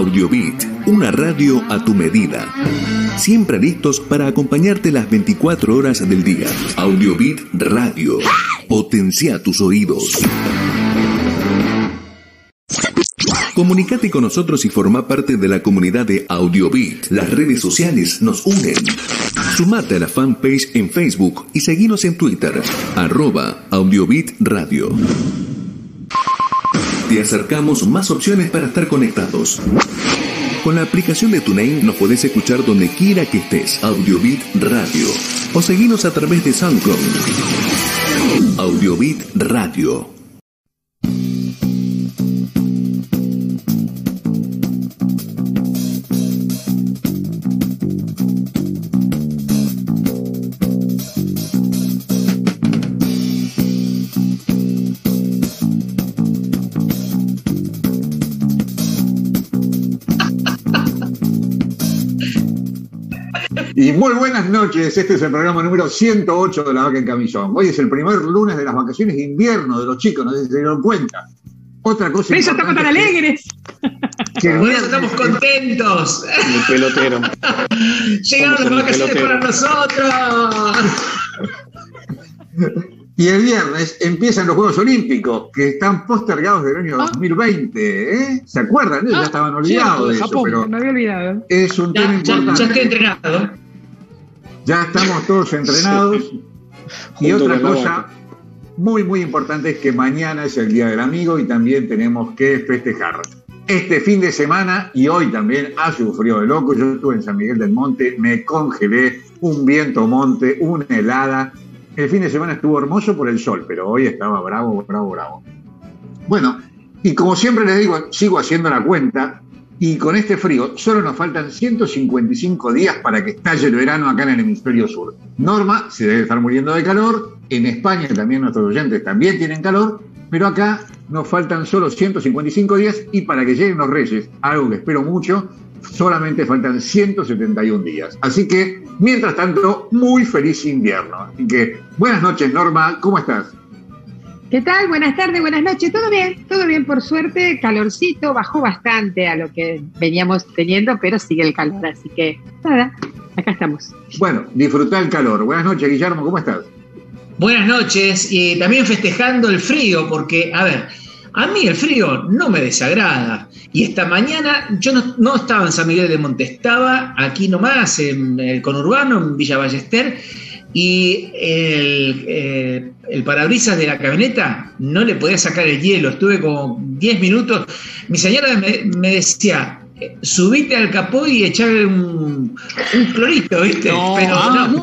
Audiobit, una radio a tu medida. Siempre listos para acompañarte las 24 horas del día. Audiobit Radio. Potencia tus oídos. Comunicate con nosotros y forma parte de la comunidad de Audiobit. Las redes sociales nos unen. Sumate a la fanpage en Facebook y seguinos en Twitter, @Audiobit Radio. Te acercamos más opciones para estar conectados. Con la aplicación de TuneIn nos podés escuchar donde quiera que estés. Audiobit Radio. O seguinos a través de SoundCloud. Audiobit Radio. Y muy buenas noches, este es el programa número 108 de La Vaca en Camisón. Hoy es el primer lunes de las vacaciones de invierno de los chicos, no sé si se dieron cuenta. Otra cosa. Por eso estamos tan alegres. Por eso estamos contentos. El pelotero. Llegaron las vacaciones para nosotros. Y el viernes empiezan los Juegos Olímpicos, que están postergados del año 2020, ¿eh? ¿Se acuerdan? Ya estaban olvidados de eso, Japón, pero me había olvidado. es un tema importante. Ya estoy entrenado. Ya estamos todos entrenados. Sí. Y Junto otra con la cosa vaca. muy, muy importante es que mañana es el Día del Amigo y también tenemos que festejar. Este fin de semana y hoy también hace un frío de loco. Yo estuve en San Miguel del Monte, me congelé, un viento monte, una helada. El fin de semana estuvo hermoso por el sol, pero hoy estaba bravo. Bueno, y como siempre les digo, sigo haciendo la cuenta, y con este frío solo nos faltan 155 días para que estalle el verano acá en el hemisferio sur. Norma se debe estar muriendo de calor, en España también nuestros oyentes también tienen calor, pero acá nos faltan solo 155 días y para que lleguen los Reyes, algo que espero mucho, solamente faltan 171 días. Así que, mientras tanto, muy feliz invierno. Así que, buenas noches, Norma, ¿cómo estás? ¿Qué tal? Buenas tardes, buenas noches. Todo bien, por suerte. Calorcito, bajó bastante a lo que veníamos teniendo, pero sigue el calor. Así que, nada, acá estamos. Bueno, disfrutá el calor. Buenas noches, Guillermo, ¿cómo estás? Buenas noches y también festejando el frío, porque, a ver, a mí el frío no me desagrada. Y esta mañana yo no estaba en San Miguel de Monte, estaba aquí nomás en el conurbano, en Villa Ballester, y el parabrisas de la camioneta no le podía sacar el hielo. Estuve como 10 minutos. Mi señora me decía, subite al capó y echarle un clorito, ¿viste? No, pero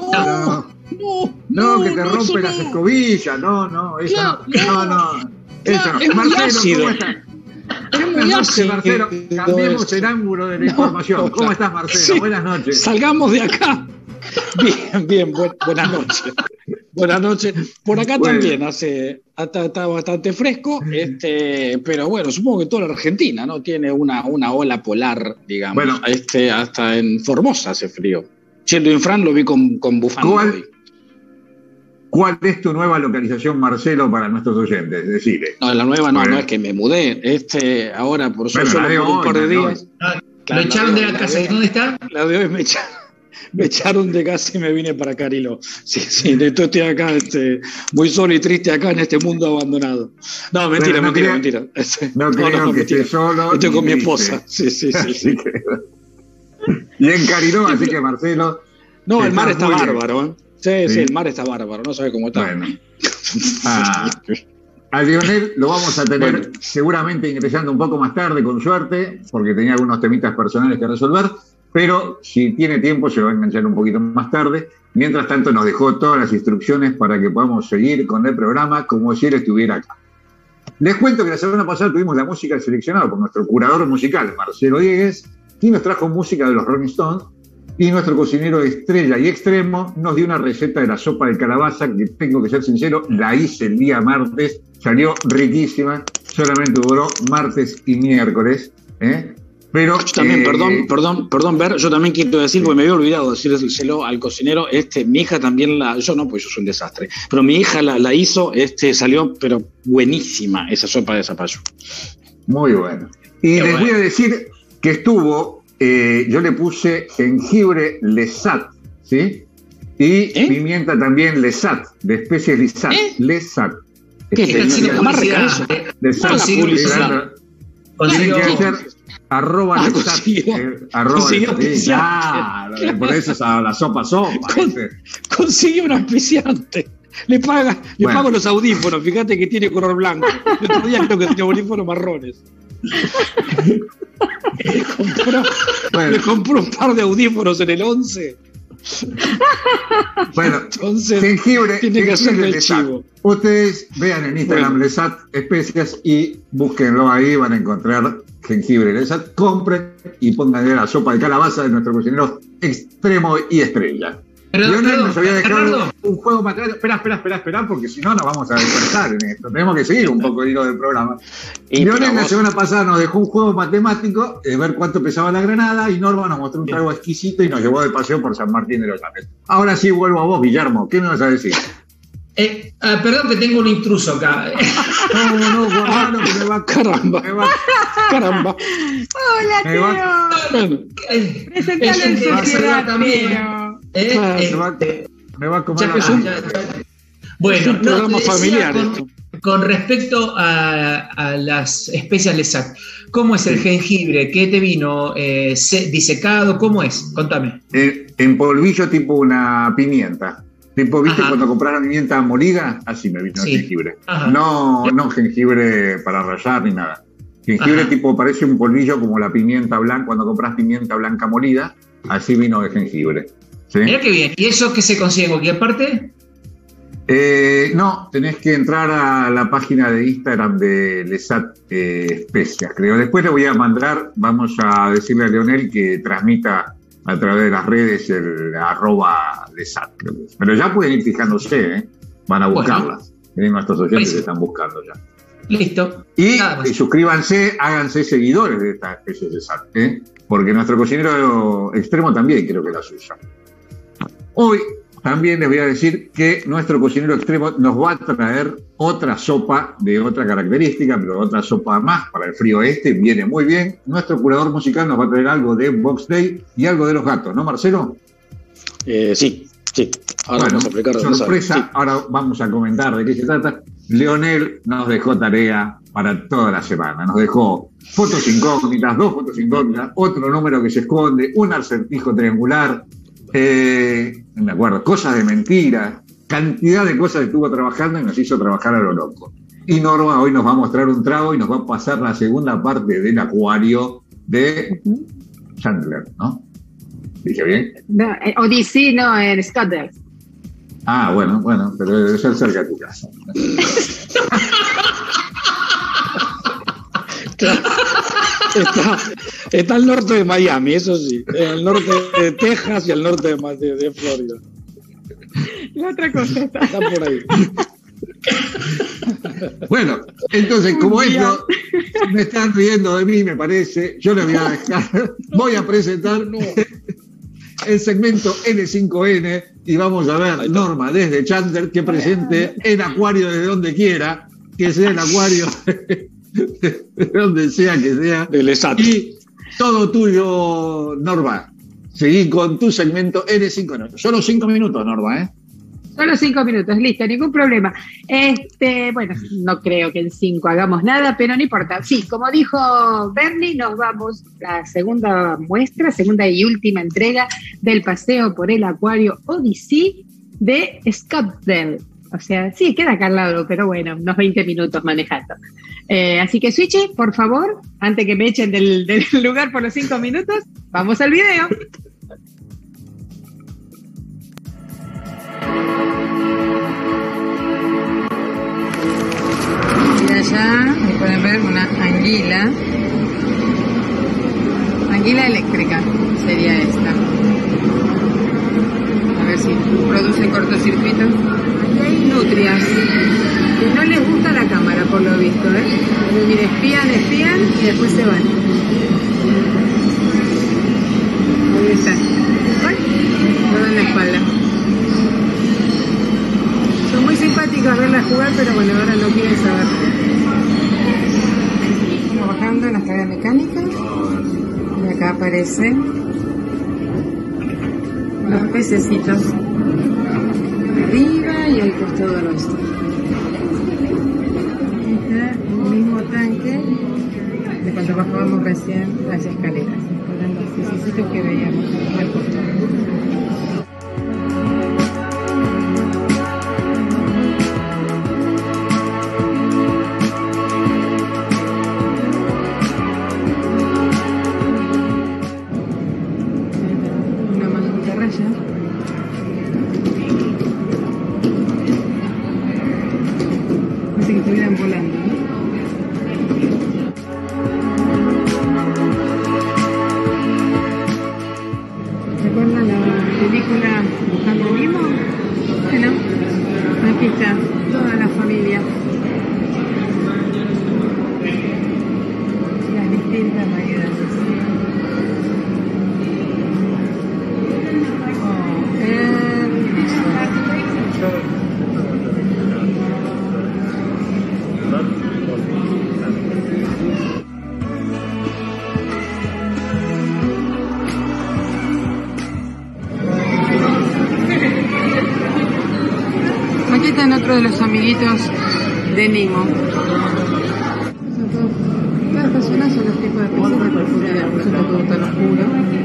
no, que te rompe las escobillas. No. Eso no. Es muy ácido. ¿Cómo estás? Es muy Buenas noches, ácido. Marcelo. Cambiemos el ángulo de la información. ¿Cómo estás, Marcelo? Sí. Buenas noches. Salgamos de acá. Bien, buenas noches. Buenas noches. Por acá Bueno. también está bastante fresco, pero bueno, supongo que toda la Argentina, ¿no? Tiene una ola polar, digamos. Bueno. Hasta en Formosa hace frío. Siendo Infran lo vi con bufanda hoy. ¿Cuál es tu nueva localización, Marcelo, para nuestros oyentes? Decile. No, la nueva no, Bueno. no es que me mudé. Ahora, por Bueno, solo la de por un hoy, par de la de días. lo echaron de la casa. ¿Y dónde está? La de hoy me echaron de casa y me vine para Cariló. Sí, entonces estoy acá, muy solo y triste acá en este mundo abandonado. No, mentira, Bueno, mentira. No creo que mentira. estés solo. Estoy con mi ni esposa. triste. Sí. Así que- Y en Cariló, así que Marcelo. No, el mar está muy bien. bárbaro, ¿eh? Sí, Sí. el mar está bárbaro, no sabe cómo está. Bueno. A Lionel lo vamos a tener Bueno. seguramente ingresando un poco más tarde, con suerte, porque tenía algunos temitas personales que resolver, pero si tiene tiempo se va a enganchar un poquito más tarde. Mientras tanto nos dejó todas las instrucciones para que podamos seguir con el programa como si él estuviera acá. Les cuento que la semana pasada tuvimos la música seleccionada por nuestro curador musical, Marcelo Diegues, y nos trajo música de los Rolling Stones, y nuestro cocinero estrella y extremo nos dio una receta de la sopa de calabaza que, tengo que ser sincero, la hice el día martes, salió riquísima, solamente duró martes y miércoles, Pero, yo también, perdón, Ver, yo también quiero decir, porque me había olvidado decírselo al cocinero, mi hija también yo no, pues yo soy un desastre, pero mi hija la hizo, salió, pero buenísima esa sopa de zapallo. Muy bueno. Y les voy a decir que estuvo, yo le puse jengibre Lesat, ¿sí? Y pimienta también Lesat, de especies Lesat. Lesat. ¿Qué es? ¿La marca eso? Lesat. Tienen que hacer @Lesat. Por eso es a la sopa. Consigue un auspiciante. Le pago los audífonos, fíjate que tiene color blanco. El otro día creo que tenía audífonos marrones. Le compró un par de audífonos en el 11. Bueno, entonces jengibre tiene que hacerle el Lesat. chivo. Ustedes vean en Instagram Lesat Especias y búsquenlo ahí, van a encontrar jengibre Lesat. Compren y pónganle la sopa de calabaza de nuestro cocinero extremo y estrella. Leonel nos había dejado un juego matemático. Espera, porque si no nos vamos a despertar en esto. Tenemos que seguir un poco el hilo del programa. Leonel la semana pasada nos dejó un juego matemático de ver cuánto pesaba la granada y Norma nos mostró un trago exquisito y nos llevó de paseo por San Martín de los Andes. Ahora sí vuelvo a vos, Guillermo. ¿Qué me vas a decir? Perdón que tengo un intruso acá. No, guardalo que me va. Caramba. Hola, Teo. Presentalo en sociedad también. Me va a comer Bueno, es un programa familiar. Con respecto a las especias Lesat, ¿cómo es el jengibre? ¿Qué te vino? ¿Disecado? ¿Cómo es? Contame. En polvillo tipo una pimienta. Tipo, ¿viste cuando compras la pimienta molida? Así me vino el jengibre. No jengibre para rallar ni nada. Jengibre tipo, parece un polvillo como la pimienta blanca. Cuando compras pimienta blanca molida, así vino el jengibre. ¿Sí? Mira qué bien. ¿Y eso qué se consigue en cualquier parte? No, tenés que entrar a la página de Instagram de Lesat Especias, creo. Después le voy a mandar, vamos a decirle a Leonel que transmita a través de las redes el @Lesat, creo que es. Pero ya pueden ir fijándose, van a buscarlas. Tienen nuestros oyentes que están buscando ya. Listo. Y suscríbanse, háganse seguidores de esta especie de Lesat, porque nuestro cocinero extremo también creo que las usa. Hoy también les voy a decir que nuestro cocinero extremo nos va a traer otra sopa de otra característica, pero otra sopa más para el frío viene muy bien. Nuestro curador musical nos va a traer algo de Box Day y algo de los gatos, ¿no, Marcelo? Sí. Ahora bueno, vamos a explicar sorpresa, sí. Ahora vamos a comentar de qué se trata. Leonel nos dejó tarea para toda la semana. Nos dejó fotos incógnitas, 2 fotos incógnitas, otro número que se esconde, un acertijo triangular. No me acuerdo, cosas de mentira, cantidad de cosas que estuvo trabajando y nos hizo trabajar a lo loco. Y Norma hoy nos va a mostrar un trago y nos va a pasar la segunda parte del acuario de Chandler, ¿no? ¿Dije bien? No, Odyssey, no, en Scotland. Ah, bueno, pero debe ser cerca de tu casa. Está al norte de Miami, eso sí, al norte de Texas y al norte de Florida. La otra cosa está por ahí. Bueno, entonces, como esto me están riendo de mí, me parece, yo les voy a presentar el segmento N5N y vamos a ver, Norma, desde Chandler, que presente el acuario desde donde quiera, que sea el acuario de donde sea que sea. De Lesat. Y todo tuyo, Norma. Seguí con tu segmento N5N. Solo 5 minutos, Norma, Solo 5 minutos, listo, ningún problema. Bueno, no creo que en 5 hagamos nada, pero no importa. Sí, como dijo Bernie, nos vamos a la segunda muestra, segunda y última entrega del paseo por el acuario Odyssey de Scottsdale. O sea, sí, queda acá al lado, pero bueno, unos 20 minutos manejando. Así que, Switchy, por favor, antes que me echen del lugar por los 5 minutos, vamos al video. Y allá ahí pueden ver una anguila eléctrica sería esta. A ver si produce cortocircuito. Y hay nutrias que no les gusta la cámara por lo visto, Mire, espían y después se van. Ahí están. Todo en la espalda. Son muy simpáticos verlas jugar, pero bueno, ahora no quieren saber. Estamos bajando en las cargas mecánicas. acá aparecen los pececitos arriba y al costado nuestro. Está el mismo tanque de cuando bajábamos recién las escaleras. Eran los pececitos que veíamos al costado. Parece que estuvieran volando, ¿no? ¿Recuerdan la película Buscando a Nemo? Bueno, aquí está toda la familia. Las distintas variedades. Aquí están otros de los amiguitos de Nemo. Las personas son los tipos de peces de profundidad, por eso está todo tan oscuro.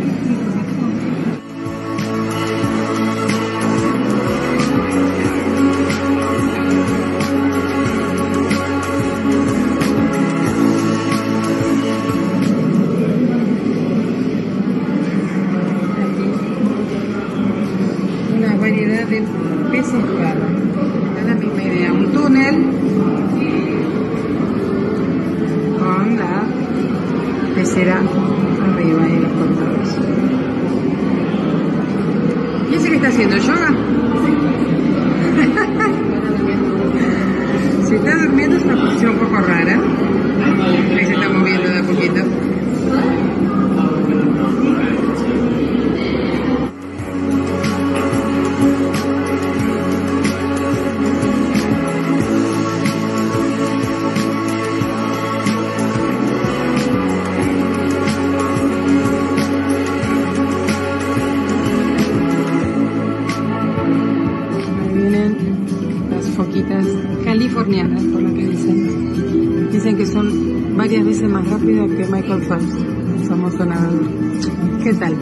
Una variedad de peces espada. Es la misma idea, un túnel con la pecera arriba y los costados. ¿Y ese que está haciendo yoga? Si está durmiendo es una posición un poco rara. Ahí se está moviendo de a poquito. Foquitas californianas, por lo que dicen. Dicen que son varias veces más rápidas que Michael Phelps, el famoso nadador. ¿Qué tal?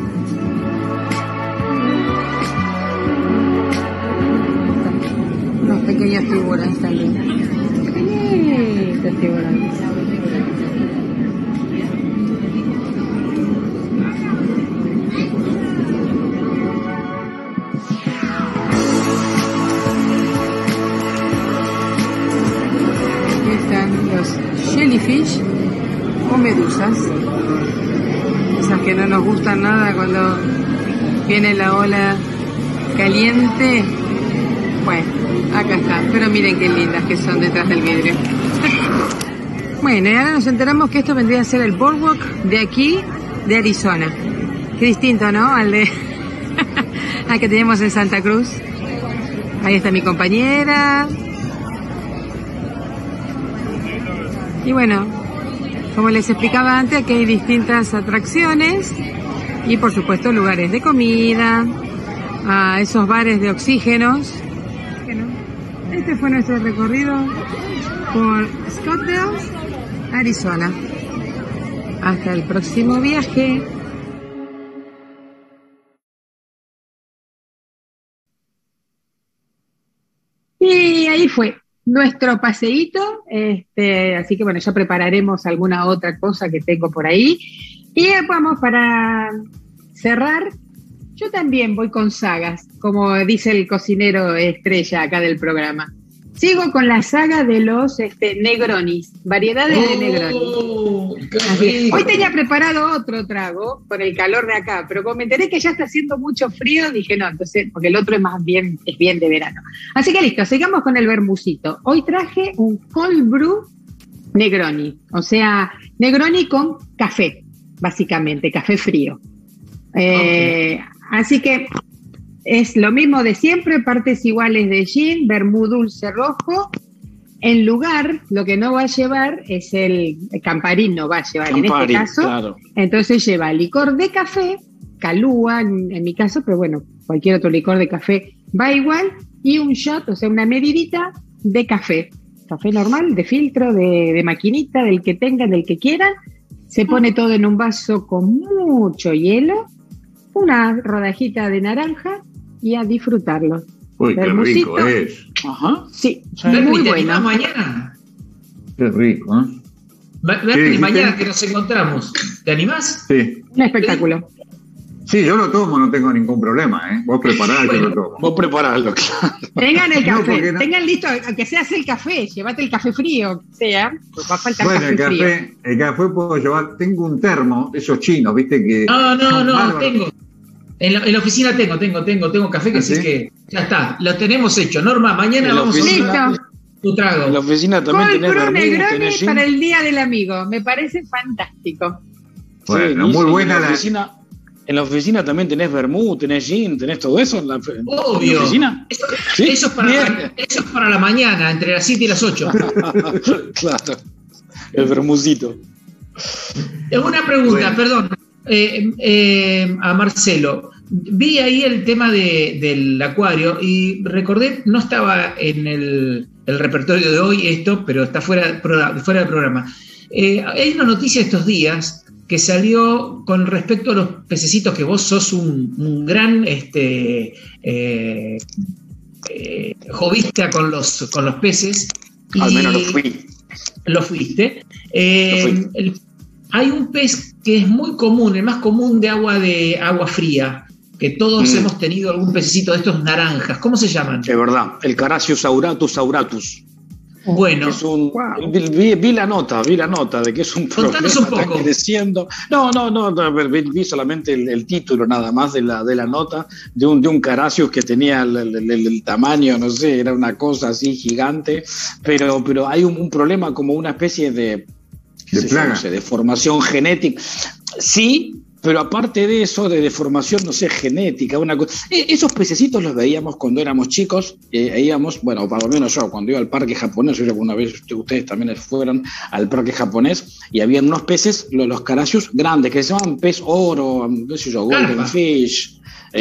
Unos pequeños tiburones también. Pequeñitos tiburones. Jellyfish o medusas, esas que no nos gustan nada cuando viene la ola caliente. Bueno, acá está, pero miren qué lindas que son detrás del vidrio. Bueno, y ahora nos enteramos que esto vendría a ser el boardwalk de aquí, de Arizona. Qué distinto, ¿no? Al que teníamos en Santa Cruz. Ahí está mi compañera. Y bueno, como les explicaba antes, aquí hay distintas atracciones y por supuesto lugares de comida, esos bares de oxígenos. Este fue nuestro recorrido por Scottsdale, Arizona. Hasta el próximo viaje. Y ahí fue nuestro paseíto, así que bueno, ya prepararemos alguna otra cosa que tengo por ahí. Y vamos para cerrar. Yo también voy con sagas, como dice el cocinero estrella acá del programa. Sigo con la saga de los Negronis, variedades de Negronis. Hoy tenía preparado otro trago por el calor de acá, pero como me enteré que ya está haciendo mucho frío, dije no, entonces, porque el otro es bien de verano. Así que listo, sigamos con el vermucito. Hoy traje un cold brew Negroni, o sea, Negroni con café, básicamente, café frío. Así que es lo mismo de siempre, partes iguales de gin, vermú dulce rojo, En lugar, lo que no va a llevar es el Camparín, no va a llevar en este caso. Claro. Entonces lleva licor de café, Calúa en mi caso, pero bueno, cualquier otro licor de café va igual, y un shot, o sea, una medidita de café normal, de filtro, de maquinita, del que tengan, del que quieran. Se pone todo en un vaso con mucho hielo, una rodajita de naranja y a disfrutarlo. Uy, qué rico es. Ajá. Sí, muy bueno. Mañana? Qué rico, ¿eh? Bernie, mañana que nos encontramos, ¿te animás? Sí. Un espectáculo. Sí, yo lo tomo, no tengo ningún problema, ¿eh? Vos preparás, yo lo tomo. Vos prepararlo, claro. Tengan el café, no. tengan listo, aunque sea el café, llévate el café frío, sea, pues va a faltar bueno, café frío. El café puedo llevar, tengo un termo, esos chinos, viste que... No, tengo. En la oficina tengo café, que ¿Sí? Así que ya está, lo tenemos hecho. Norma, mañana vamos a tu trago. En la oficina también Cold tenés Brew vermut, Negroni tenés gin. para el Día del Amigo, me parece fantástico. Bueno, Sí, muy buena en la oficina. En la oficina también tenés vermut, tenés gin, tenés todo eso en la Obvio. oficina. ¿Sí? Eso es para la mañana, entre las 7 y las 8. Claro, el vermucito. Una pregunta, perdón, a Marcelo. Vi ahí el tema del acuario y recordé, no estaba en el repertorio de hoy esto, pero está fuera del programa. Hay una noticia estos días que salió con respecto a los pececitos, que vos sos un gran jovista con los peces. Al menos lo fui. Lo fuiste. Hay un pez que es muy común, el más común de agua fría, que todos hemos tenido algún pececito de estos naranjas. ¿Cómo se llaman? Es verdad, el Carassius auratus auratus. Bueno, vi la nota de que es un problema. Contanos un poco. Está creciendo. No, vi solamente el título nada más de la nota de un Carassius que tenía el tamaño, no sé, era una cosa así gigante, pero hay un problema, como una especie de plaga, no sé, de formación genética. Sí. Pero aparte de eso, de deformación, no sé, genética, una cosa. Esos pececitos los veíamos cuando éramos chicos, íbamos, bueno, por lo menos yo, cuando iba al parque japonés, yo alguna vez ustedes también fueron al parque japonés, y habían unos peces, los Carassius grandes, que se llaman pez oro, qué sé yo, golden fish.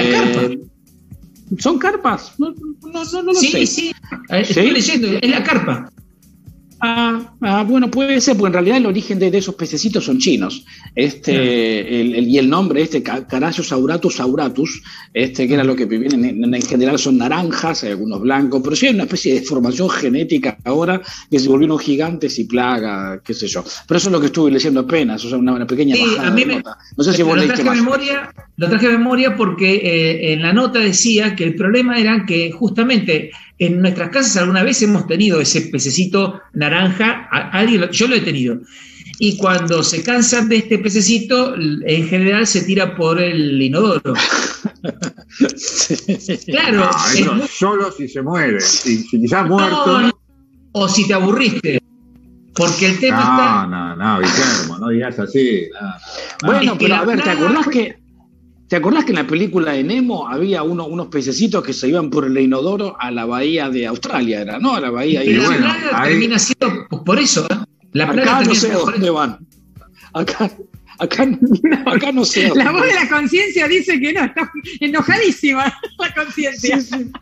¿Son carpas? No lo sé. Sí, estoy leyendo, es la carpa. Bueno, puede ser, porque en realidad el origen de esos pececitos son chinos. Y el nombre, Carassius auratus auratus, que era lo que viven en general son naranjas, hay algunos blancos, pero sí hay una especie de formación genética ahora que se volvieron gigantes y plaga, qué sé yo. Pero eso es lo que estuve leyendo apenas, o sea, una pequeña bajada a mí de nota. No sé si vos leíste más. Lo traje a memoria porque en la nota decía que el problema era que justamente en nuestras casas alguna vez hemos tenido ese pececito naranja, yo lo he tenido, y cuando se cansan de este pececito, en general se tira por el inodoro. Sí. Claro. Solo si se muere, si ya muerto. O si te aburriste. Porque el tema No, Guillermo, no digas así. Bueno, pero a ver, ¿te acordás que en la película de Nemo había unos pececitos que se iban por el inodoro a la bahía de Australia, era, ¿no? A la bahía y de... la plaga termina siendo por eso, ¿eh? La plaga acá no sé por dónde van. Acá no sé dónde. La voz de la conciencia dice que no, está enojadísima la conciencia. Sí.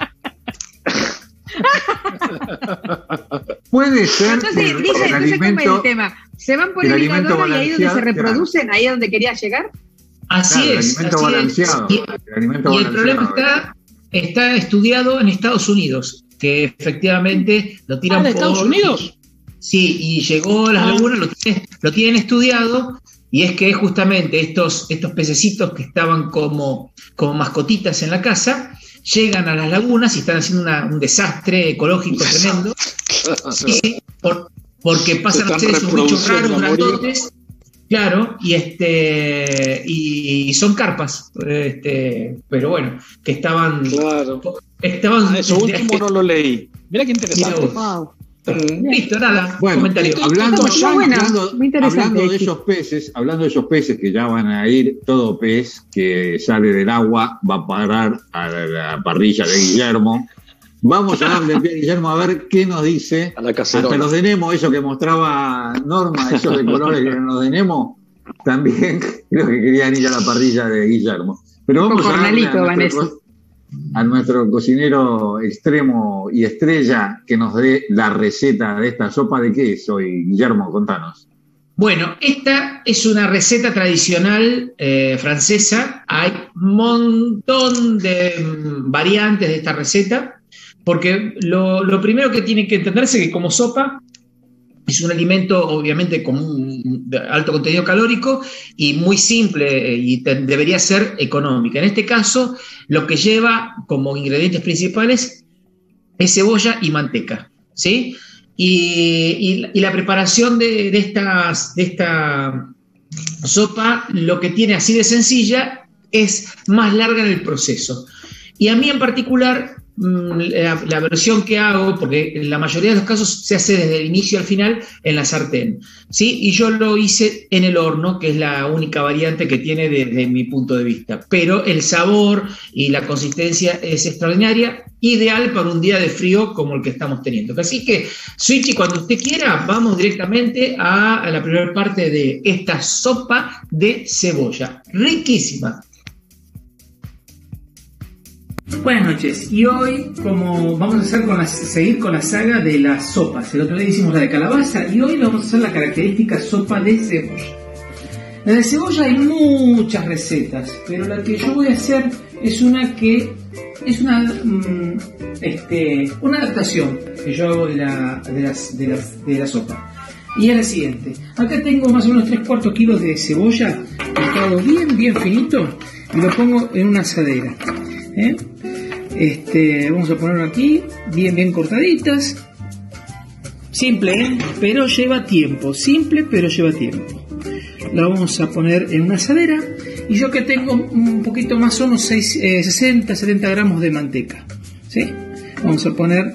Puede ser. Entonces, ¿cómo es el tema? ¿Se van por el inodoro y ahí donde se reproducen? ¿Ahí es donde quería llegar? Así es. El alimento balanceado. Y el problema está estudiado en Estados Unidos, que efectivamente lo tiran por... ¿Estados Unidos? Sí, y llegó a las lagunas, lo tienen estudiado, y es que justamente estos pececitos que estaban como mascotitas en la casa, llegan a las lagunas y están haciendo un desastre ecológico tremendo. Sí, porque pasan a ser esos bichos raros, grandotes. Claro, y son carpas, pero bueno, que estaban... Claro. Eso último no lo leí. Mira qué interesante. Wow. Listo, nada, bueno, comentario. Hablando de esos peces que ya van a ir, todo pez que sale del agua va a parar a la parrilla de Guillermo. Vamos a darle pie a Guillermo a ver qué nos dice. A la cacerola. Hasta los de Nemo, eso que mostraba Norma, esos de colores que eran los de Nemo, también creo que querían ir a la parrilla de Guillermo. Pero vamos a darle a nuestro cocinero extremo y estrella que nos dé la receta de esta sopa. ¿De qué es hoy, Guillermo? Contanos. Bueno, esta es una receta tradicional francesa. Hay un montón de variantes de esta receta, porque lo primero que tienen que entenderse es que como sopa es un alimento obviamente con un alto contenido calórico y muy simple y debería ser económica. En este caso, lo que lleva como ingredientes principales es cebolla y manteca, ¿sí? Y la preparación de esta sopa, lo que tiene así de sencilla, es más larga en el proceso. Y a mí en particular, la versión que hago, porque en la mayoría de los casos se hace desde el inicio al final en la sartén, ¿sí? Y yo lo hice en el horno, que es la única variante que tiene desde mi punto de vista. Pero el sabor y la consistencia es extraordinaria, ideal para un día de frío como el que estamos teniendo. Así que, Switchy, cuando usted quiera, vamos directamente a la primera parte de esta sopa de cebolla. Riquísima. Buenas noches, y hoy, como vamos a seguir con la saga de las sopas. El otro día hicimos la de calabaza y hoy vamos a hacer la característica sopa de cebolla. La de cebolla hay muchas recetas, pero la que yo voy a hacer es una que es una adaptación que yo hago de la sopa. Y es la siguiente. Acá tengo más o menos 3/4 kilos de cebolla picado bien finito y lo pongo en una asadera. Vamos a ponerlo aquí bien cortaditas. Simple, pero lleva tiempo. La vamos a poner en una asadera. Y yo que tengo un poquito más o menos 60-70 gramos de manteca, ¿sí? Vamos a poner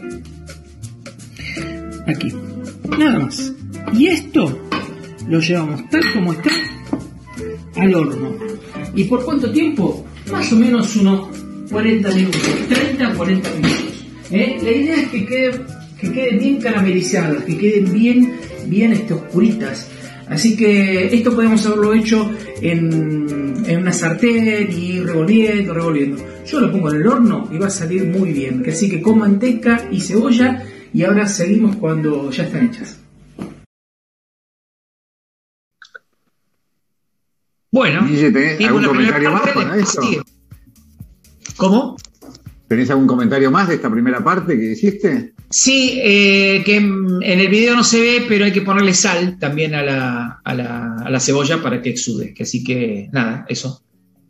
aquí, nada más. Y esto lo llevamos tal como está al horno. ¿Y por cuánto tiempo? Más o menos unos 40 minutos, 30-40 minutos. La idea es que queden bien caramelizadas, que queden bien oscuritas. Así que esto podemos haberlo hecho en una sartén y ir revolviendo. Yo lo pongo en el horno y va a salir muy bien. Así que con manteca y cebolla, y ahora seguimos cuando ya están hechas. Bueno, ¿tenés algún comentario más para eso? ¿Cómo? ¿Tenés algún comentario más de esta primera parte que hiciste? Sí, que en el video no se ve, pero hay que ponerle sal también a la cebolla para que exude. Así que nada, eso.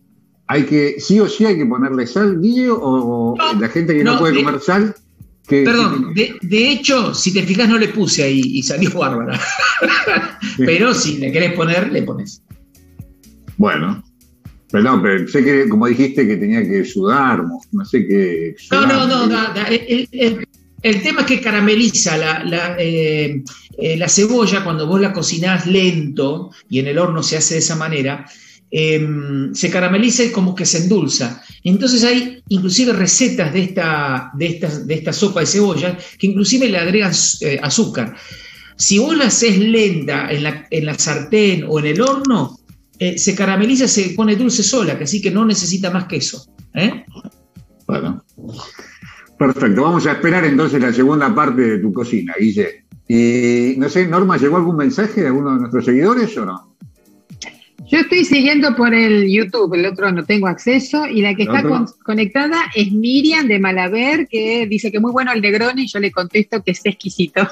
¿Sí o sí hay que ponerle sal, Guille? ¿O no, la gente que no puede comer sal? Perdón, de hecho, si te fijas no le puse ahí y salió bárbara. Sí. Pero si le querés poner, le pones. Bueno. Perdón, pero sé que, como dijiste, que tenía que sudar, no sé qué. No. El tema es que carameliza la cebolla cuando vos la cocinás lento y en el horno se hace de esa manera. Se carameliza y como que se endulza. Entonces hay inclusive recetas de esta sopa de cebolla que inclusive le agregan azúcar. Si vos la haces lenta en la sartén o en el horno, se carameliza, se pone dulce sola, que así que no necesita más que eso. Bueno, perfecto. Vamos a esperar entonces la segunda parte de tu cocina, Guille. Y no sé, Norma, ¿llegó algún mensaje de alguno de nuestros seguidores o no? Yo estoy siguiendo por el YouTube, el otro no tengo acceso, y la que está conectada es Miriam de Malaber, que dice que muy bueno el Negroni, y yo le contesto que es exquisito.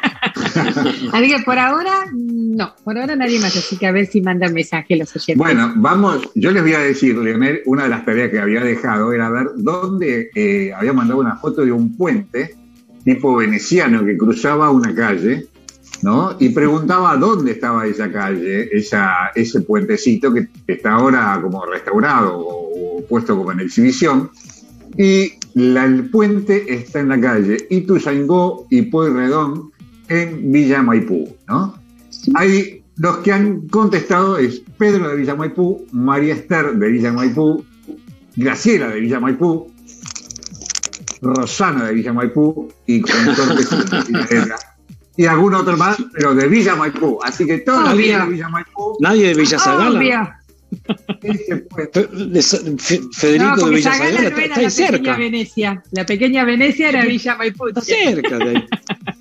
Así que por ahora nadie más, así que a ver si mandan mensaje los oyentes. Bueno, yo les voy a decir, Leonel, una de las tareas que había dejado era ver dónde había mandado una foto de un puente tipo veneciano que cruzaba una calle, ¿no? Y preguntaba dónde estaba esa calle, ese puentecito que está ahora como restaurado o puesto como en exhibición. Y el puente está en la calle Ituzaingó y Pueyrredón en Villa Maipú, ¿no? Sí. Ahí los que han contestado es Pedro de Villa Maipú, María Esther de Villa Maipú, Graciela de Villa Maipú, Rosana de Villa Maipú y Consorte Ciudadela. Y algún otro más, pero de Villa Maipú. Así que todos los días de Villa Maipú. Nadie de Villa Zagala. Federico de Villa Zagala está ahí cerca. Venecia. La pequeña Venecia era Villa Maipú. Está cerca de ahí.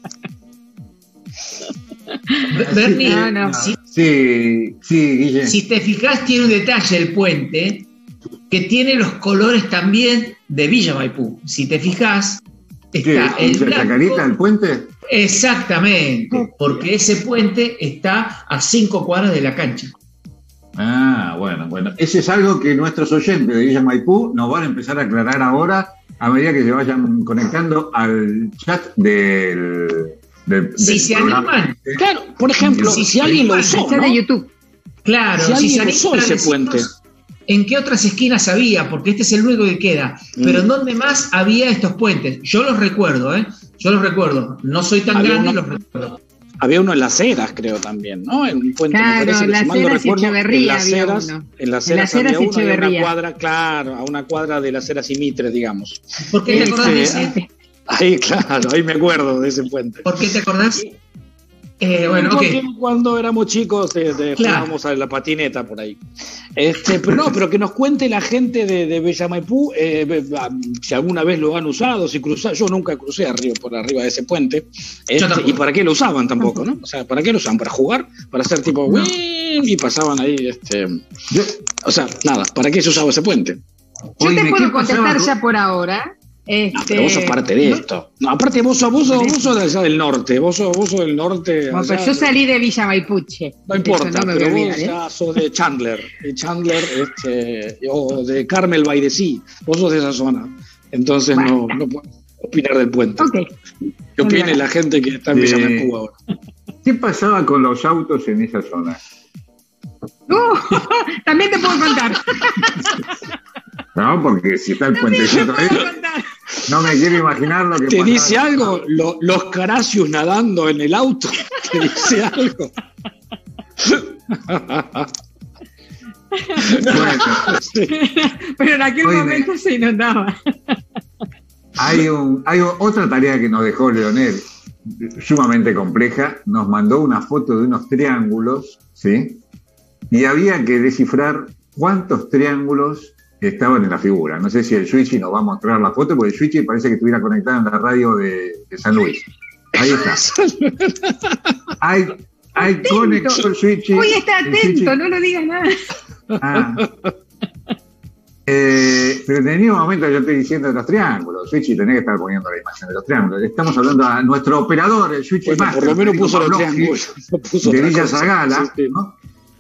Bernie, sí, Guille. Si te fijas, tiene un detalle el puente que tiene los colores también de Villa Maipú. Si te fijas, está el blanco. ¿Chacarita el puente? Exactamente, porque ese puente está a 5 cuadras de la cancha. Ah, bueno. Ese es algo que nuestros oyentes de Villa Maipú nos van a empezar a aclarar ahora a medida que se vayan conectando al chat del si se animan. Claro, por ejemplo, si alguien lo usó, ¿no? De YouTube. Claro, si alguien se usó ese puente. ¿En qué otras esquinas había? Porque este es el único que queda. Pero ¿en dónde más había estos puentes? Yo los recuerdo, Yo los recuerdo. No soy tan grande y los recuerdo. Había uno en Las Heras, creo, también, ¿no? En un puente, claro, me parece, Las Heras y Echeverría había uno. En Las Heras había uno, a una cuadra, claro, a una cuadra de Las Heras y Mitre, digamos. ¿Por qué te acordás de ese? Ahí, claro, ahí me acuerdo de ese puente. ¿Por qué te acordás? Porque cuando éramos chicos jugábamos a la patineta por ahí. Pero que nos cuente la gente de Villa Maipú si alguna vez lo han usado, si cruzaron. Yo nunca crucé por arriba de ese puente. Y para qué lo usaban tampoco, ¿no? O sea, ¿para qué lo usaban? ¿Para jugar? ¿Para hacer tipo y pasaban ahí? O sea, nada, ¿para qué se usaba ese puente? Yo te puedo contestar ya por ahora. No, pero vos sos parte de esto. No, aparte vos sos de allá del norte. Vos sos del norte. No, pero yo salí de Villa Maipuche. No importa, pero vos ya sos de Chandler. O de Carmel by the Sea. Vos sos de esa zona. Entonces no puedo opinar del puente. Okay. ¿Qué opine la gente que está en Villa Maipú ahora? ¿Qué pasaba con los autos en esa zona? También te puedo contar. No, porque si está el puentecito ahí, no me quiero imaginar lo que ¿Te dice algo? Los Caracius nadando en el auto. ¿Te dice algo? Pero en aquel momento se inundaba. Hay otra tarea que nos dejó Leonel, sumamente compleja. Nos mandó una foto de unos triángulos, ¿sí? Y había que descifrar cuántos triángulos estaban en la figura. No sé si el Switchy nos va a mostrar la foto, porque el Switchy parece que estuviera conectado en la radio de San Luis. Ahí está. Hay conectado el Switchy. Hoy está atento, no lo digas nada. Pero tenía un momento, yo estoy diciendo de los triángulos. Switchy, tenés que estar poniendo la imagen de los triángulos. Estamos hablando a nuestro operador, el Switchy Master. Por lo menos puso los triángulos. De Villa Zagala, ¿no?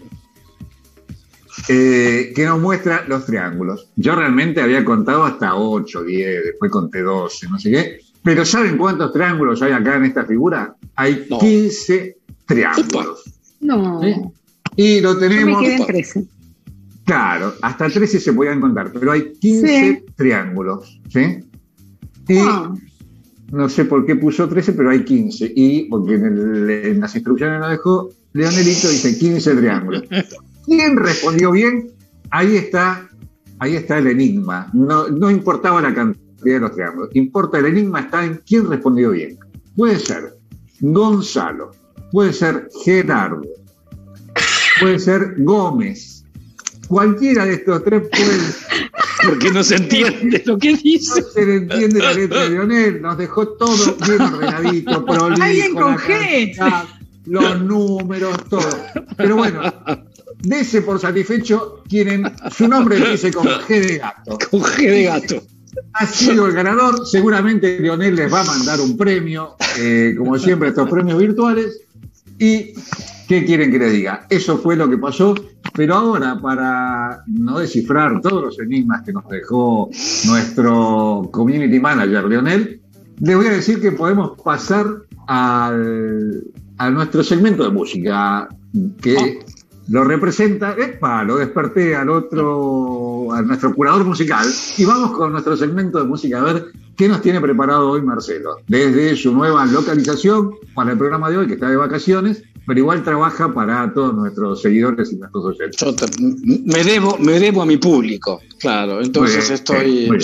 Que nos muestra los triángulos. Yo realmente había contado hasta 8, 10, después conté 12, no sé qué. Pero ¿saben cuántos triángulos hay acá en esta figura? Hay 15 triángulos. No. ¿Sí? Y lo tenemos. Yo me quedé en 13. Claro, hasta 13 se podían contar, pero hay 15 triángulos. ¿Sí? Y no sé por qué puso 13, pero hay 15. Y porque en las instrucciones nos dejó Leonelito, dice 15 triángulos. ¿Quién respondió bien? Ahí está el enigma. No importaba la cantidad de los triángulos. Importa el enigma, está en quién respondió bien. Puede ser Gonzalo, puede ser Gerardo, puede ser Gómez. Cualquiera de estos tres puede. Porque no se entiende lo que dice. No se le entiende la letra de Leonel. Nos dejó todo bien ordenadito, prolijo. Alguien con G. Los números, todo. Pero bueno. Dese por satisfecho su nombre empiece con G de gato. Con G de gato. Ha sido el ganador. Seguramente Leonel les va a mandar un premio, como siempre, estos premios virtuales. ¿Y qué quieren que les diga? Eso fue lo que pasó. Pero ahora, para no descifrar todos los enigmas que nos dejó nuestro community manager, Leonel, les voy a decir que podemos pasar a nuestro segmento de música, que lo representa, lo desperté a nuestro curador musical, y vamos con nuestro segmento de música a ver qué nos tiene preparado hoy Marcelo, desde su nueva localización para el programa de hoy, que está de vacaciones, pero igual trabaja para todos nuestros seguidores y nuestros oyentes. Yo me debo a mi público, claro, entonces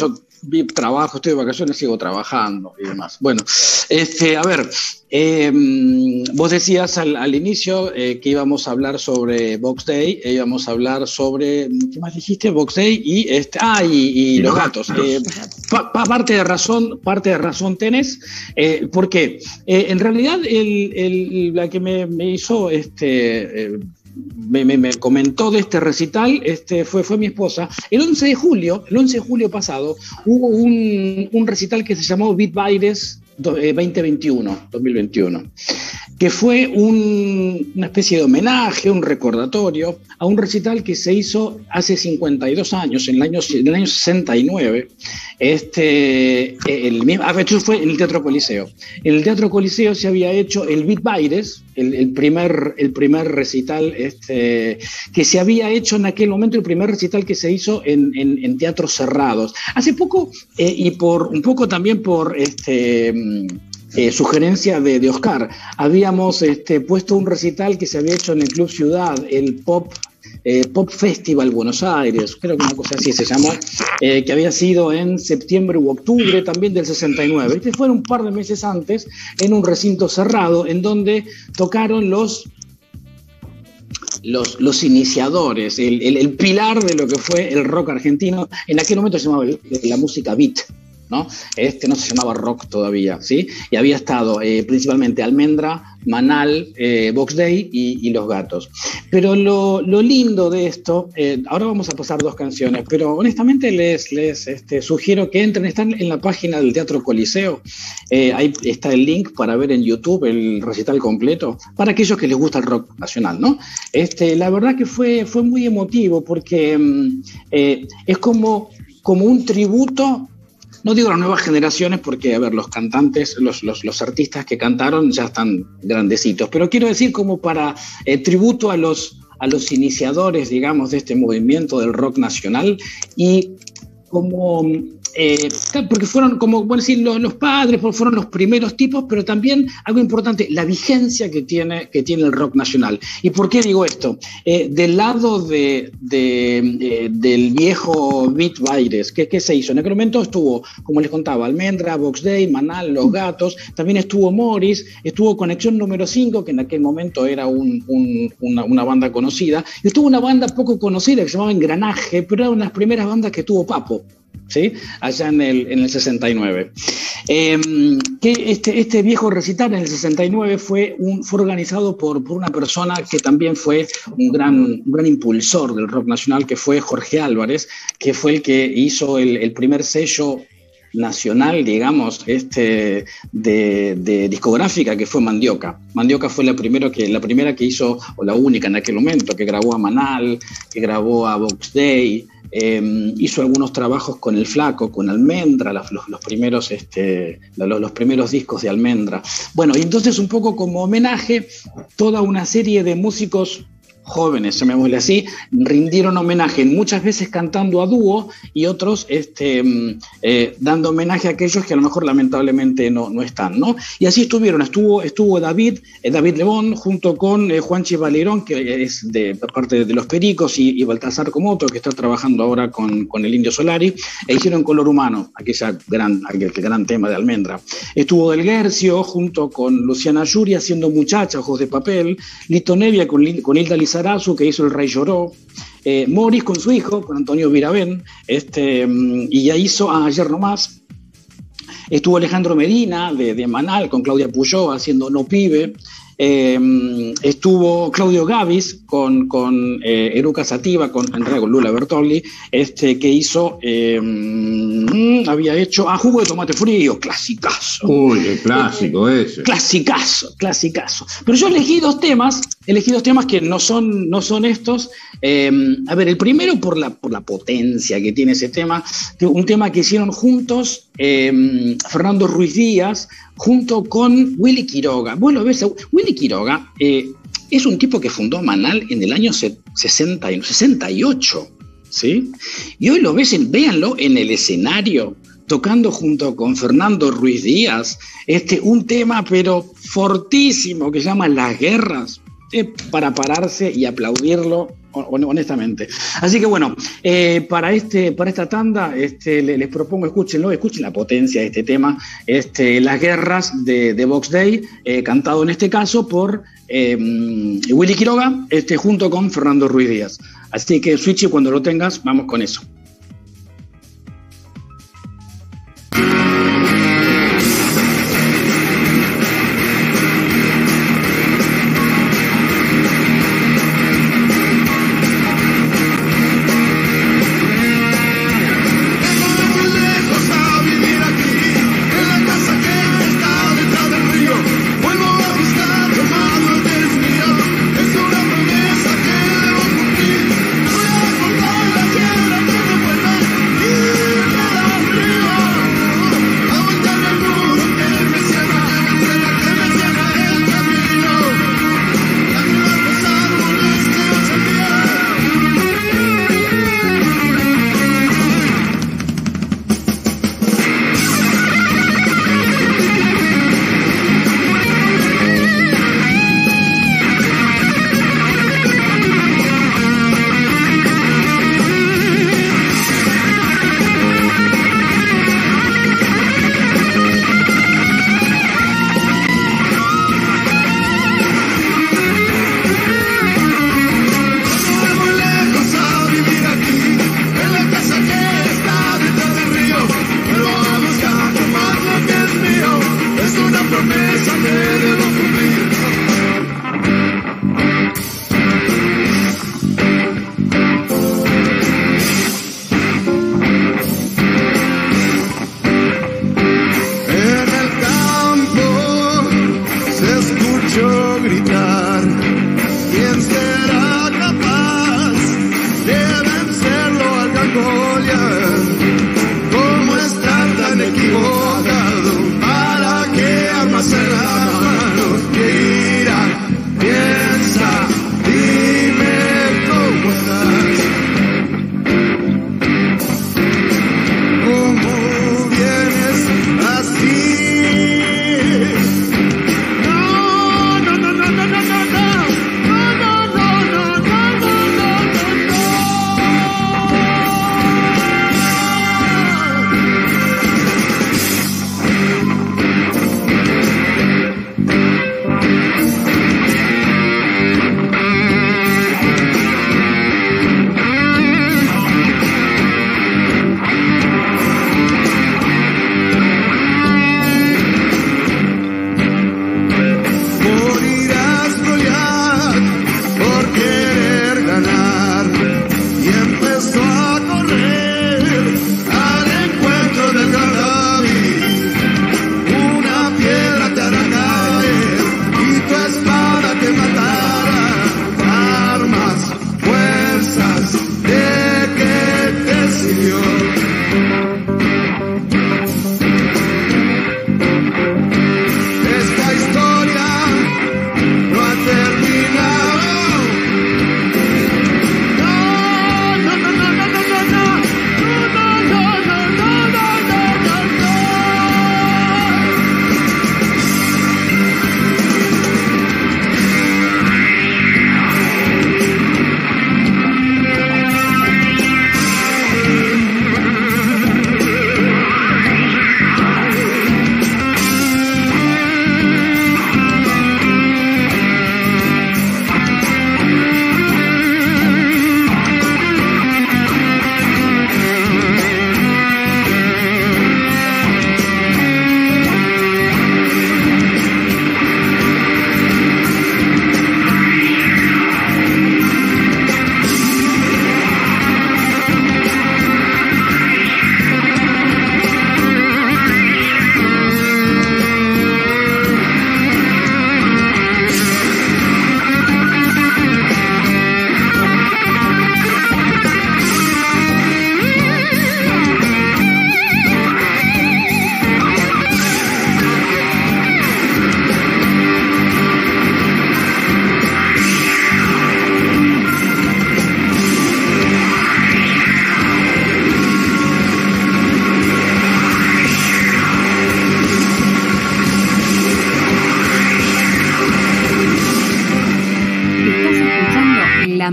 trabajo, estoy de vacaciones, sigo trabajando y demás. Bueno, a ver, vos decías al inicio que íbamos a hablar sobre Box Day, íbamos a hablar sobre, ¿qué más dijiste? Box Day y los gatos. Parte de razón tenés, porque en realidad la que me hizo me comentó de este recital fue mi esposa. El 11 de julio pasado hubo un recital que se llamó Beat Baires 2021, que fue una especie de homenaje, un recordatorio a un recital que se hizo hace 52 años, en el año 69. Esto fue en el Teatro Coliseo. En el Teatro Coliseo se había hecho el Beat Baires, el primer recital que se había hecho en aquel momento, el primer recital que se hizo en teatros cerrados. Hace poco, y un poco también por sugerencia de Oscar, habíamos puesto un recital que se había hecho en el Club Ciudad, el Pop Festival Buenos Aires, creo que una cosa así se llamó, que había sido en septiembre u octubre también del 69. Este fue un par de meses antes, en un recinto cerrado, en donde tocaron los iniciadores, el pilar de lo que fue el rock argentino. En aquel momento se llamaba la música beat, ¿no? No se llamaba rock todavía, ¿sí? Y había estado principalmente Almendra, Manal, Box Day y Los Gatos. Pero lo lindo de esto, ahora vamos a pasar 2 canciones, pero honestamente les sugiero que entren, están en la página del Teatro Coliseo, ahí está el link para ver en YouTube el recital completo, para aquellos que les gusta el rock nacional, ¿no? La verdad que fue muy emotivo, porque es como un tributo. No digo las nuevas generaciones porque, a ver, los cantantes, los artistas que cantaron ya están grandecitos, pero quiero decir como para tributo a los iniciadores, digamos, de este movimiento del rock nacional, y como porque fueron, como bueno decir, los padres, fueron los primeros tipos, pero también algo importante, la vigencia que tiene el rock nacional. ¿Y por qué digo esto? Del lado del viejo Beat Baires, ¿qué se hizo? En aquel momento estuvo, como les contaba, Almendra, Box Day, Manal, Los Gatos, también estuvo Morris, estuvo Conexión Número 5, que en aquel momento era una banda conocida, y estuvo una banda poco conocida que se llamaba Engranaje, pero era una de las primeras bandas que tuvo Papo, ¿sí? Allá en el 69. Que este viejo recital en el 69 fue organizado por una persona que también fue un gran impulsor del rock nacional, que fue Jorge Álvarez, que fue el que hizo el primer sello nacional, digamos, de discográfica, que fue Mandioca. Mandioca fue la primera que hizo, o la única en aquel momento, que grabó a Manal, que grabó a Box Day, hizo algunos trabajos con El Flaco, con Almendra, los primeros discos de Almendra. Bueno, y entonces un poco como homenaje, toda una serie de músicos jóvenes, llamémosle así, rindieron homenaje, muchas veces cantando a dúo y otros dando homenaje a aquellos que a lo mejor lamentablemente no están, ¿no? Y así estuvo David Lebón junto con Juanchi Valerón, que es de parte de Los Pericos, y Baltasar Comoto, que está trabajando ahora con el Indio Solari, hicieron Color Humano, aquel gran tema de Almendra. Estuvo Del Guercio junto con Luciana Yuri haciendo Muchacha, Ojos de Papel, Lito Nevia con Hilda Lizarazu, que hizo El Rey Lloró, Morris con su hijo, con Antonio Virabén, y ya hizo Ayer No Más. Estuvo Alejandro Medina de Manal con Claudia Puyó haciendo No Pibe. Estuvo Claudio Gavis con Eruca Sativa, con Lula Bertolli, que hizo, había hecho Jugo de Tomate Frío, clasicazo. Uy, qué clásico ese. Clasicazo. Pero yo elegí dos temas que no son estos. A ver, el primero por la potencia que tiene ese tema, un tema que hicieron juntos Fernando Ruiz Díaz junto con Willy Quiroga. Vos lo ves, Willy Quiroga es un tipo que fundó Manal en el año 68, ¿sí? Y hoy lo ves, véanlo en el escenario, tocando junto con Fernando Ruiz Díaz, un tema pero fortísimo que se llama Las Guerras, para pararse y aplaudirlo honestamente. Así que bueno, para esta tanda les propongo, escuchen la potencia de este tema, Las Guerras de Box Day, cantado en este caso por Willy Quiroga, junto con Fernando Ruiz Díaz. Así que, Switchy, cuando lo tengas, vamos con eso. Es una promesa que debo cumplir. Voy a cortar la tierra que me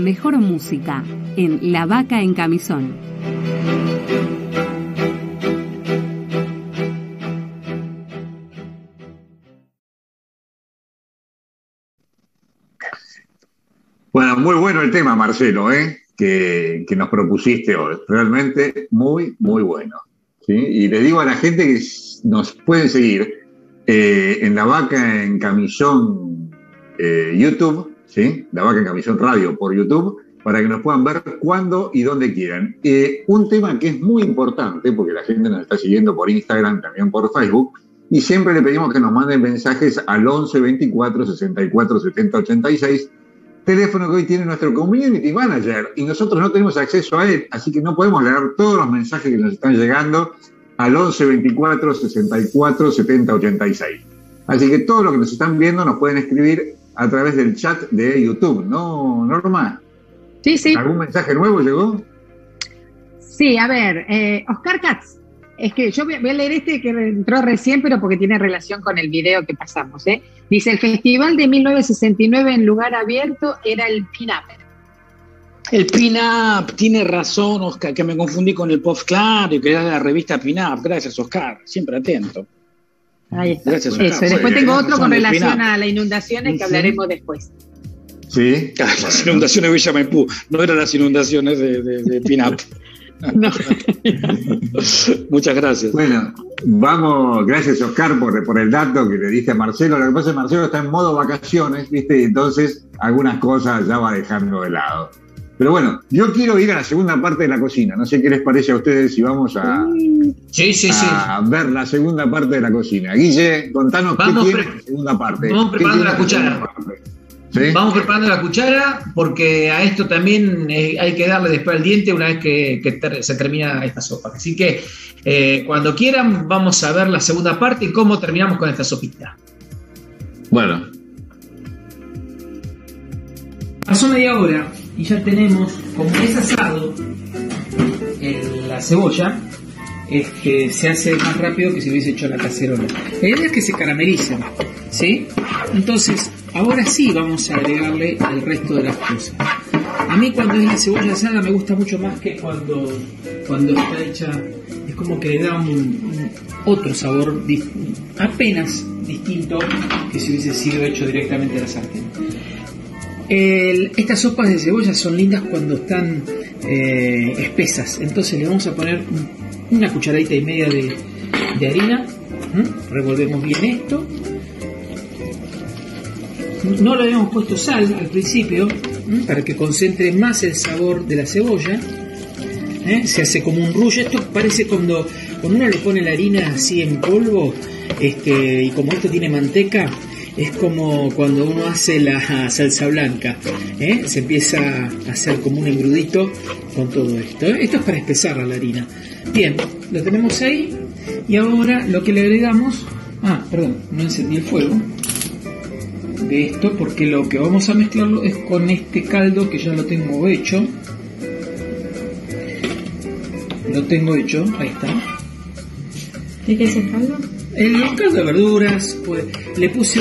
mejor música en La Vaca en Camisón. Bueno, muy bueno el tema, Marcelo, que nos propusiste hoy. Realmente muy, muy bueno. ¿Sí? Y le digo a la gente que nos pueden seguir en La Vaca en Camisón YouTube, ¿sí? La Vaca en Camisón Radio por YouTube, para que nos puedan ver cuando y donde quieran. Un tema que es muy importante, porque la gente nos está siguiendo por Instagram, también por Facebook, y siempre le pedimos que nos manden mensajes al 11 24 64 70 86, teléfono que hoy tiene nuestro community manager, y nosotros no tenemos acceso a él, así que no podemos leer todos los mensajes que nos están llegando al 11 24 64 70 86. Así que todo lo que nos están viendo nos pueden escribir a través del chat de YouTube, ¿no, Norma? Sí, sí. ¿Algún mensaje nuevo llegó? Sí, a ver, Oscar Katz. Es que yo voy a leer este que entró recién, pero porque tiene relación con el video que pasamos. Dice, el festival de 1969 en lugar abierto era el Pin-Up. El Pin-Up, tiene razón, Oscar, que me confundí con el Pop Claro y que era la revista Pin-Up. Gracias, Oscar, siempre atento. Ahí está. Gracias, Oscar. Eso, después tengo otro con relación Pin-Up a las inundaciones que hablaremos después. Sí. Las inundaciones de Villa Maipú, no eran las inundaciones de Pin-Up. No. Muchas gracias. Bueno, vamos, gracias Oscar por el dato que le diste a Marcelo. Lo que pasa es que Marcelo está en modo vacaciones, ¿viste? Y entonces algunas cosas ya va dejando de lado. Pero bueno, yo quiero ir a la segunda parte de la cocina. No sé qué les parece a ustedes si vamos a ver la segunda parte de la cocina. Guille, contanos qué tiene la segunda parte. Vamos preparando la cuchara. ¿Sí? Vamos preparando la cuchara porque a esto también hay que darle después al diente una vez que se termina esta sopa. Así que cuando quieran vamos a ver la segunda parte y cómo terminamos con esta sopita. Bueno. Pasó media hora y ya tenemos, como es asado, la cebolla se hace más rápido que si hubiese hecho la cacerola. La idea es que se caramelicen, ¿sí? Entonces, ahora sí vamos a agregarle el resto de las cosas. A mí cuando es la cebolla asada me gusta mucho más que cuando está hecha, es como que le da otro sabor apenas distinto que si hubiese sido hecho directamente a la sartén. Estas sopas de cebolla son lindas cuando están espesas, entonces le vamos a poner una cucharadita y media de harina. Revolvemos bien esto. No le habíamos puesto sal al principio para que concentre más el sabor de la cebolla. Se hace como un rush. Esto parece cuando uno le pone la harina así en polvo, y como esto tiene manteca, es como cuando uno hace la salsa blanca, se empieza a hacer como un engrudito con todo esto. Esto es para espesar la harina. Bien, lo tenemos ahí y ahora lo que le agregamos, no encendí el fuego de esto porque lo que vamos a mezclarlo es con este caldo que ya lo tengo hecho. Ahí está. ¿De qué es el caldo? El caldo de verduras, pues le puse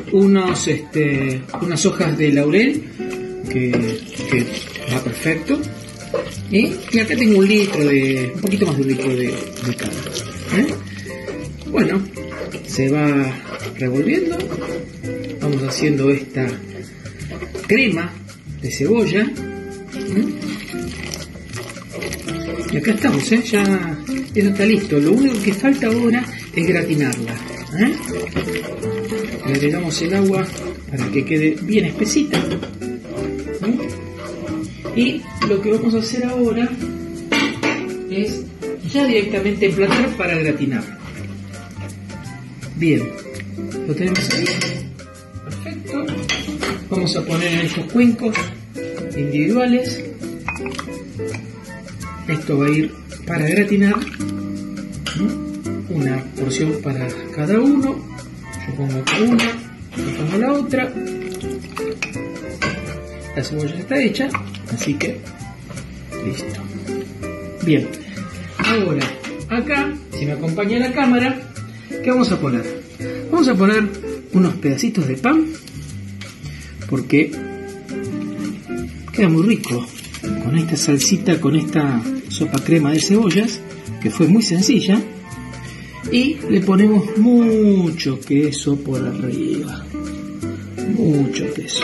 unas hojas de laurel que va perfecto. Y acá tengo un poquito más de un litro de caldo. Bueno, se va revolviendo. Vamos haciendo esta crema de cebolla. Y acá estamos, ya eso está listo. Lo único que falta ahora es gratinarla. Le agregamos el agua para que quede bien espesita. Y lo que vamos a hacer ahora es ya directamente emplatar para gratinar. Bien, lo tenemos ahí. Perfecto. Vamos a poner en estos cuencos individuales. Esto va a ir para gratinar. Una porción para cada uno. Yo pongo acá una, yo pongo la otra. La cebolla está hecha, así que listo. Bien, ahora acá, si me acompaña la cámara, ¿qué vamos a poner? Vamos a poner unos pedacitos de pan, porque queda muy rico con esta salsita, con esta sopa crema de cebollas, que fue muy sencilla. Y le ponemos mucho queso por arriba. Mucho queso.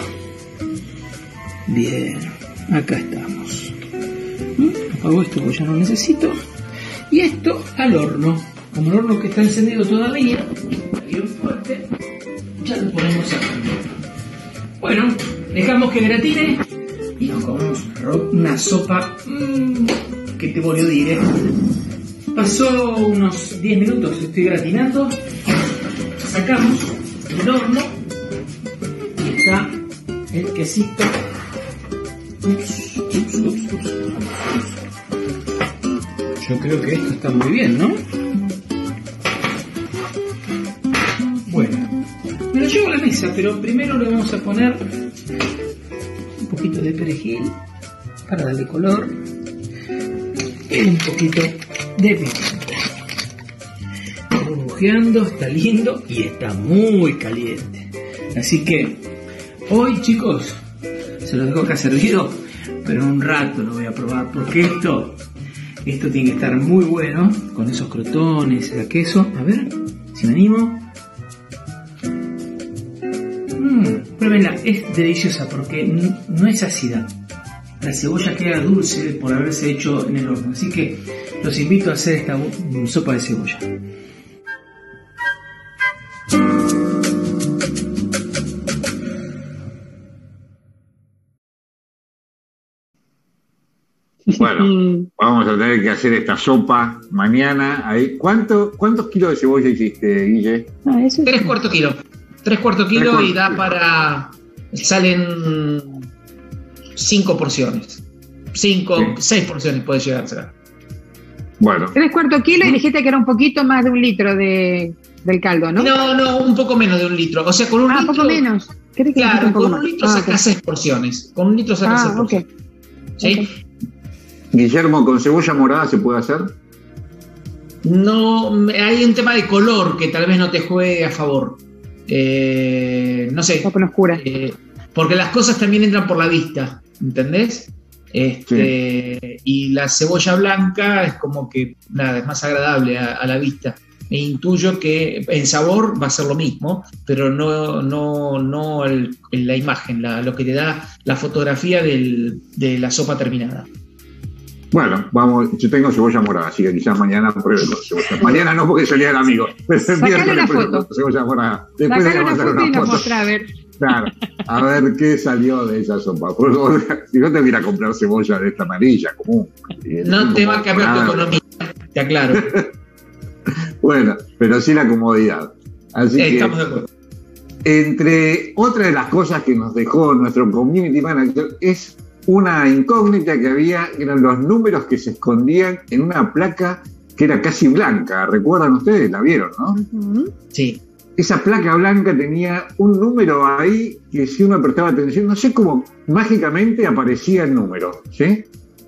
Bien, acá estamos. Apago esto porque ya no necesito. Y esto al horno. Como el horno que está encendido todavía, bien fuerte, ya lo ponemos acá. Bueno, dejamos que gratine y nos comemos una sopa que te voglio dire. Pasó unos 10 minutos, estoy gratinando, sacamos del horno y está el quesito. Ups. Yo creo que esto está muy bien, ¿no? Bueno, me lo llevo a la mesa, pero primero le vamos a poner un poquito de perejil para darle color y un poquito de pimienta. Burbujeando, está lindo y está muy caliente. Así que hoy, chicos, se lo dejo acá servido, pero en un rato lo voy a probar porque esto tiene que estar muy bueno con esos crotones, el queso. A ver si me animo. Pruébenla, es deliciosa porque no es ácida. La cebolla queda dulce por haberse hecho en el horno, así que los invito a hacer esta sopa de cebolla. Bueno, vamos a tener que hacer esta sopa mañana. ¿Cuántos kilos de cebolla hiciste, Guille? 3/4 kilo. 3/4 kilo y da para... Salen 5 porciones. 6 porciones puede llegar a ser. Bueno. 3/4 kilo y dijiste que era un poquito más de 1 litro del caldo, ¿no? No, un poco menos de 1 litro. O sea, con 1 litro... poco menos. Claro, con 1 litro saca 6 porciones. Con 1 litro saca 6 porciones. ¿Sí? Okay. Guillermo, ¿con cebolla morada se puede hacer? No, hay un tema de color que tal vez no te juegue a favor. No sé. Con oscura. Porque las cosas también entran por la vista, ¿entendés? Sí. Y la cebolla blanca es como que nada, es más agradable a la vista. E intuyo que en sabor va a ser lo mismo, pero no la imagen, lo que te da la fotografía de la sopa terminada. Bueno, vamos, yo tengo cebolla morada, así que quizás mañana pruebe con cebolla. Mañana no, porque salía el amigo. Sacale una foto. Cebolla morada. Después sacale una foto y nos mostrá, a ver. Claro, a ver qué salió de esa sopa. Si no te voy a ir a comprar cebolla de esta amarilla común. No te va a cambiar tu economía, te aclaro. Bueno, pero sí la comodidad. Así que, estamos de acuerdo. Entre otras de las cosas que nos dejó nuestro community manager es una incógnita que había, eran los números que se escondían en una placa que era casi blanca. ¿Recuerdan ustedes? La vieron, ¿no? Uh-huh. Sí. Esa placa blanca tenía un número ahí que si uno prestaba atención, no sé cómo mágicamente aparecía el número, ¿sí?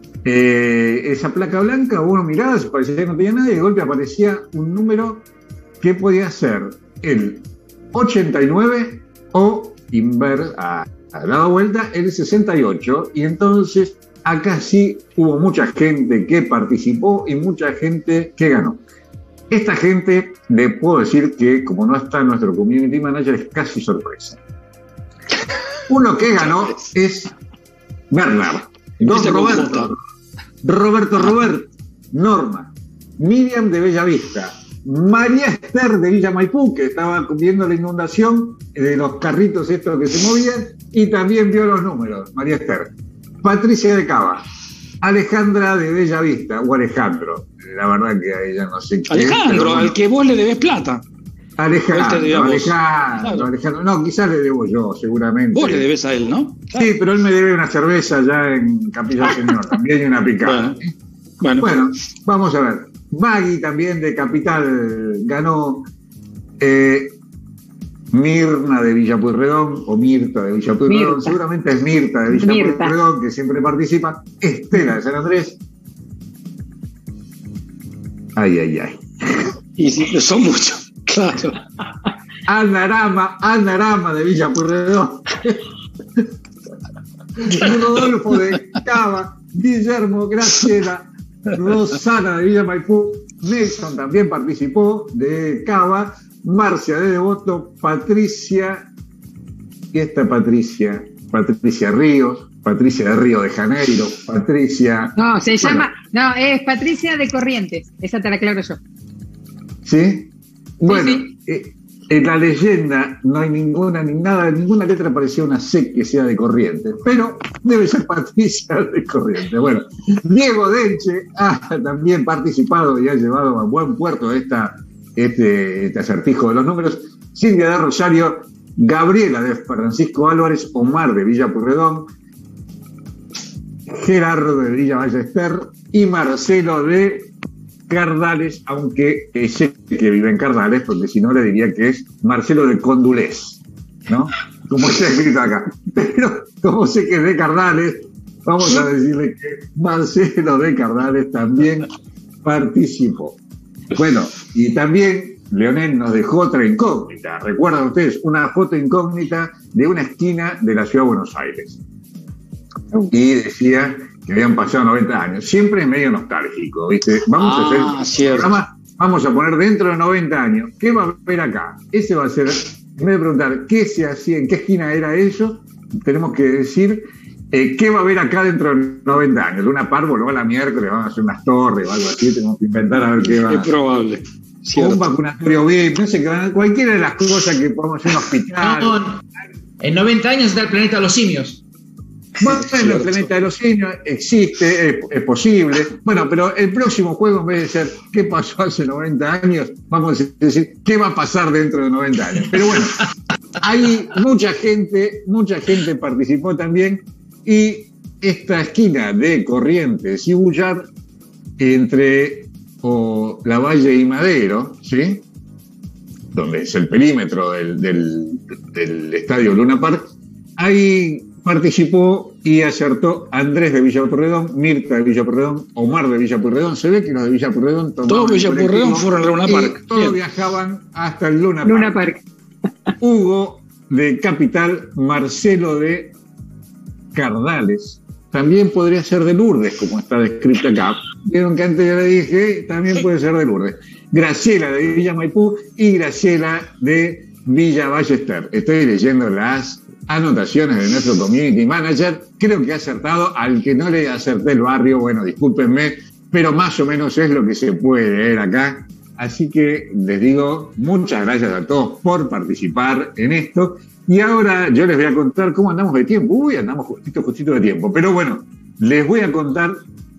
Esa placa blanca, uno miraba, se parecía que no tenía nada y de golpe aparecía un número que podía ser el 89 o a dado vuelta el 68, y entonces acá sí hubo mucha gente que participó y mucha gente que ganó. Esta gente, le puedo decir que como no está nuestro community manager, es casi sorpresa. Uno que ganó es Bernard, Don Roberto, Norma, Miriam de Bellavista, María Esther de Villa Maipú, que estaba viendo la inundación de los carritos estos que se movían, y también vio los números, María Esther. Patricia de Cava, Alejandra de Bellavista, o Alejandro, la verdad que a ella no sé qué. Alejandro, al que vos le debés plata. Alejandro, no, quizás le debo yo, seguramente. Vos le debés a él, ¿no? Claro. Sí, pero él me debe una cerveza ya en Capilla del Señor, también y una picada. Bueno, vamos a ver. Maggie también de Capital ganó, Mirna de Villa Pueyrredón, o Mirta de Villa Pueyrredón, seguramente es Mirta de Villa Pueyrredón, que siempre participa. Estela de San Andrés. Ay. Y sí, son muchos, claro. Ana Arama de Villa Pueyrredón. Rodolfo de Cava, Guillermo, Graciela, Rosana de Villa Maipú, Nelson también participó de Cava, Marcia de Devoto, Patricia, y esta Patricia Ríos, Patricia de Río de Janeiro, Patricia... No, es Patricia de Corrientes, esa te la aclaro yo. ¿Sí? Bueno, Sí. En la leyenda no hay ninguna letra parecida a una C que sea de Corrientes, pero debe ser Patricia de Corrientes. Bueno, Diego Denche ha también participado y ha llevado a buen puerto este acertijo de los números. Silvia de Rosario, Gabriela de Francisco Álvarez, Omar de Villa Pueyrredón, Gerardo de Villa Ballester y Marcelo de Cardales, aunque sé que vive en Cardales, porque si no le diría que es Marcelo de Condulés, ¿no? Como está escrito acá. Pero como sé que es de Cardales, vamos a decirle que Marcelo de Cardales también participó. Bueno, y también Leonel nos dejó otra incógnita. ¿Recuerdan ustedes? Una foto incógnita de una esquina de la ciudad de Buenos Aires. Y decía que habían pasado 90 años. Siempre es medio nostálgico, ¿viste? Vamos a hacer el programa, vamos a poner dentro de 90 años. ¿Qué va a haber acá? Ese va a ser, en vez de preguntar qué se hacía, en qué esquina era eso, tenemos que decir qué va a haber acá dentro de 90 años. Luna Park voló a la miércoles, van a hacer unas torres o algo así, tenemos que inventar a ver qué va a hacer. Es probable. O un vacunatorio bien, no sé, cualquiera de las cosas que podamos hacer en un hospital. No, en 90 años está el planeta de los simios. Bueno, el planeta de los simios existe, es posible. Bueno, pero el próximo juego, en vez de ser ¿qué pasó hace 90 años? Vamos a decir ¿qué va a pasar dentro de 90 años? Pero bueno, hay mucha gente participó también, y esta esquina de Corrientes y Bullard, entre Lavalle y Madero, ¿sí? Donde es el perímetro del estadio Luna Park, ahí participó y acertó Andrés de Villa Pueyrredón, Mirta de Villa Pueyrredón, Omar de Villa Pueyrredón. Se ve que los de Villa Pueyrredón todos Villa Pueyrredón fueron al Luna Park. Todos viajaban hasta el Luna Park. Hugo de Capital, Marcelo de Cardales, también podría ser de Lourdes, como está descrito acá. Vieron que antes ya le dije, también puede ser de Lourdes. Graciela de Villa Maipú y Graciela de Villa Ballester. Estoy leyendo las anotaciones de nuestro community manager. Creo que ha acertado. Al que no le acerté el barrio, bueno, discúlpenme, pero más o menos es lo que se puede leer acá. Así que les digo muchas gracias a todos por participar en esto. Y ahora yo les voy a contar cómo andamos de tiempo. Uy, andamos justito de tiempo. Pero bueno, les voy a contar.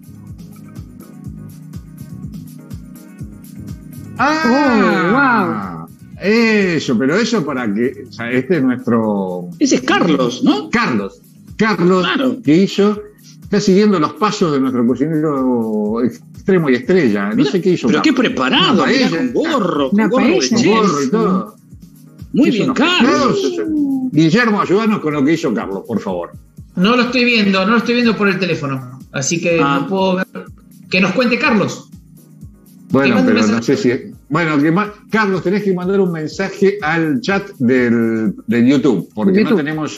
¡Wow! Eso, pero eso para que... O sea, este es nuestro... Ese es Carlos, ¿no? Carlos, claro. Que hizo... Está siguiendo los pasos de nuestro cocinero extremo y estrella. No sé qué hizo. Pero Carlos. qué preparado, con gorro, con gorro y todo. Muy bien, Carlos. Guillermo, ayúdanos con lo que hizo Carlos, por favor. No lo estoy viendo por el teléfono. Así que no puedo ver. Que nos cuente Carlos. Bueno, pero no sé si... Bueno, Carlos, tenés que mandar un mensaje al chat de YouTube, porque no tenemos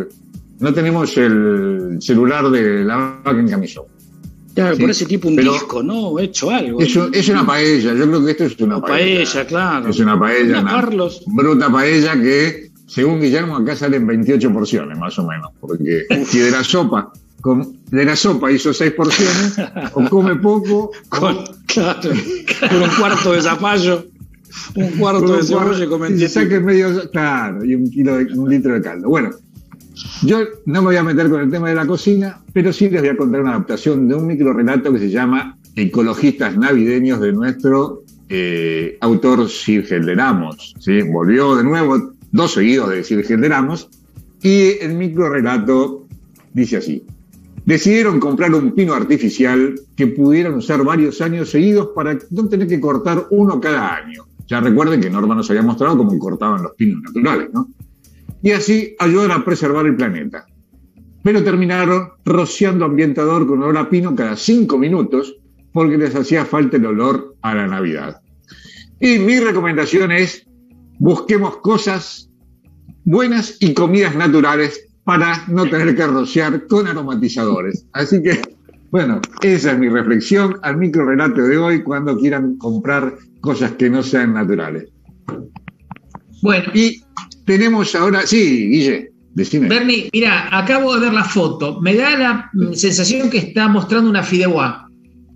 el celular de la vaca en camisón. Ya me parece tipo un disco, ¿no? Hecho algo. Es una paella, yo creo que esto es una paella, claro. Es una paella, Carlos. Bruta paella que, según Guillermo, acá salen 28 porciones, más o menos, porque si de la sopa hizo 6 porciones, o come poco, con un cuarto de zapallo, un cuarto de cebolla y come. Y se saque medio, claro, y un litro de caldo. Bueno, yo no me voy a meter con el tema de la cocina, pero sí les voy a contar una adaptación de un microrelato que se llama Ecologistas Navideños, de nuestro autor Sir Gelderamos, ¿sí? Volvió de nuevo, 2 seguidos de Sir Gelderamos, y el microrelato dice así: decidieron comprar un pino artificial que pudieran usar varios años seguidos para no tener que cortar uno cada año. Ya recuerden que Norma nos había mostrado cómo cortaban los pinos naturales, ¿no? Y así ayudar a preservar el planeta. Pero terminaron rociando ambientador con olor a pino cada 5 minutos porque les hacía falta el olor a la Navidad. Y mi recomendación es: busquemos cosas buenas y comidas naturales para no tener que rociar con aromatizadores. Así que, bueno, esa es mi reflexión al microrelato de hoy cuando quieran comprar cosas que no sean naturales. Bueno. Y tenemos ahora, sí, Guille, decime. Bernie, mira, acabo de ver la foto. Me da la sensación que está mostrando una fideuá.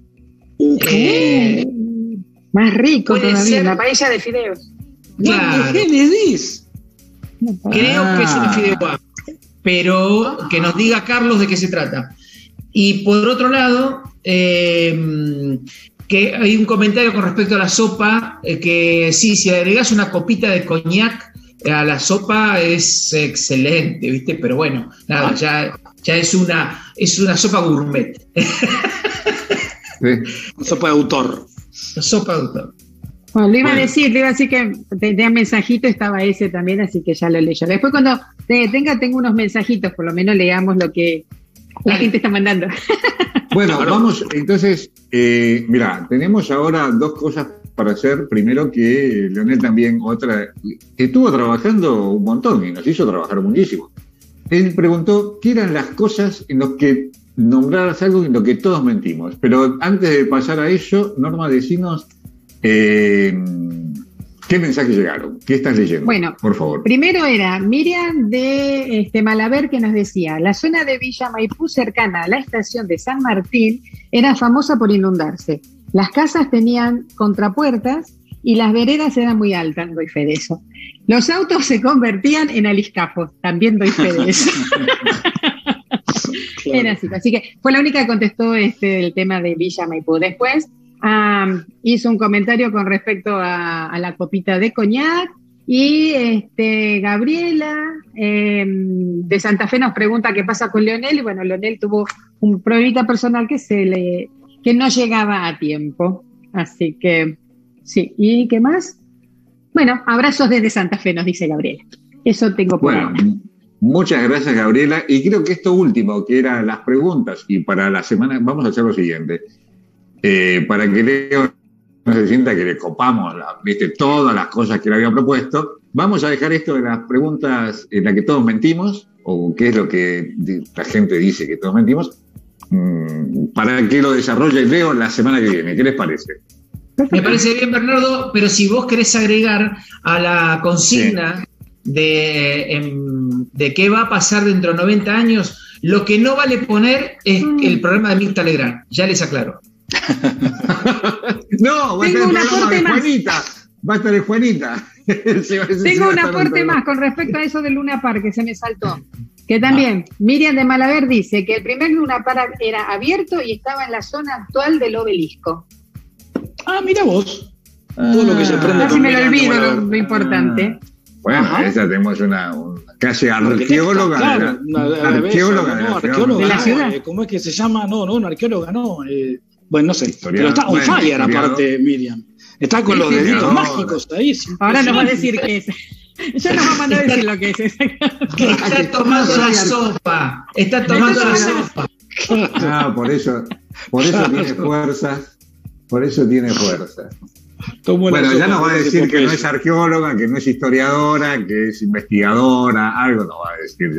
Más rico puede todavía, ser. la paella de fideos. Claro. ¿Qué le dices? Creo que es una fideuá, pero que nos diga Carlos de qué se trata. Y por otro lado, que hay un comentario con respecto a la sopa, que sí, si agregás una copita de coñac a la sopa es excelente, ¿viste? Pero bueno, nada, ya es una sopa gourmet. Sopa de autor. Sopa de autor. Bueno, le iba a decir que tenía mensajito, estaba ese también, así que ya lo leyó. Después cuando tengo unos mensajitos, por lo menos leamos lo que la gente está mandando. Bueno, vamos, entonces, mira, tenemos ahora dos cosas para hacer. Primero que Leonel también, que estuvo trabajando un montón y nos hizo trabajar muchísimo. Él preguntó qué eran las cosas en las que nombraras algo en lo que todos mentimos. Pero antes de pasar a eso, Norma, decinos qué mensajes llegaron, qué estás leyendo. Bueno, por favor. Primero era Miriam de Malaber, que nos decía: la zona de Villa Maipú cercana a la estación de San Martín era famosa por inundarse. Las casas tenían contrapuertas y las veredas eran muy altas, doy fe de eso. Los autos se convertían en aliscafos, también doy fe de eso. Claro. Era así que fue la única que contestó el tema de Villa Maipú. Después hizo un comentario con respecto a la copita de coñac. Y Gabriela de Santa Fe nos pregunta qué pasa con Leonel. Y bueno, Leonel tuvo un problemita personal que no llegaba a tiempo. Así que sí. ¿Y qué más? Bueno, abrazos desde Santa Fe, nos dice Gabriela. Eso tengo por ahora. Muchas gracias, Gabriela. Y creo que esto último, que eran las preguntas, y para la semana vamos a hacer lo siguiente. Para que Leo no se sienta que le copamos todas las cosas que le había propuesto, vamos a dejar esto de las preguntas en las que todos mentimos, o qué es lo que la gente dice que todos mentimos, para que lo desarrolle Leo la semana que viene. ¿Qué les parece? Me parece bien, Bernardo, pero si vos querés agregar a la consigna de qué va a pasar dentro de 90 años, lo que no vale poner es el programa de Mirta Legrand, ya les aclaro. No, va a estar el programa de Juanita. Va a estar de Juanita. Tengo un aporte más con respecto a eso del Luna Park que se me saltó. Que también Miriam de Malaber dice que el primer Luna Park era abierto y estaba en la zona actual del obelisco. Mira vos. Todo lo que se aprende. Casi me lo olvido lo importante. Bueno, esa tenemos una casi arqueóloga. Claro, arqueóloga de la ciudad. ¿Cómo es que se llama? No, una arqueóloga, no. Bueno, no sé. Pero está on fire aparte, Miriam. Está con los deditos mágicos ahí. Ahora nos va a decir qué es. Ya nos va a mandar a decir lo que es. Está tomando la sopa. Está tomando la sopa. Por eso tiene fuerzas. Por eso tiene fuerza. Bueno, ya nos va a decir que no es arqueóloga, que no es historiadora, que es investigadora, algo nos va a decir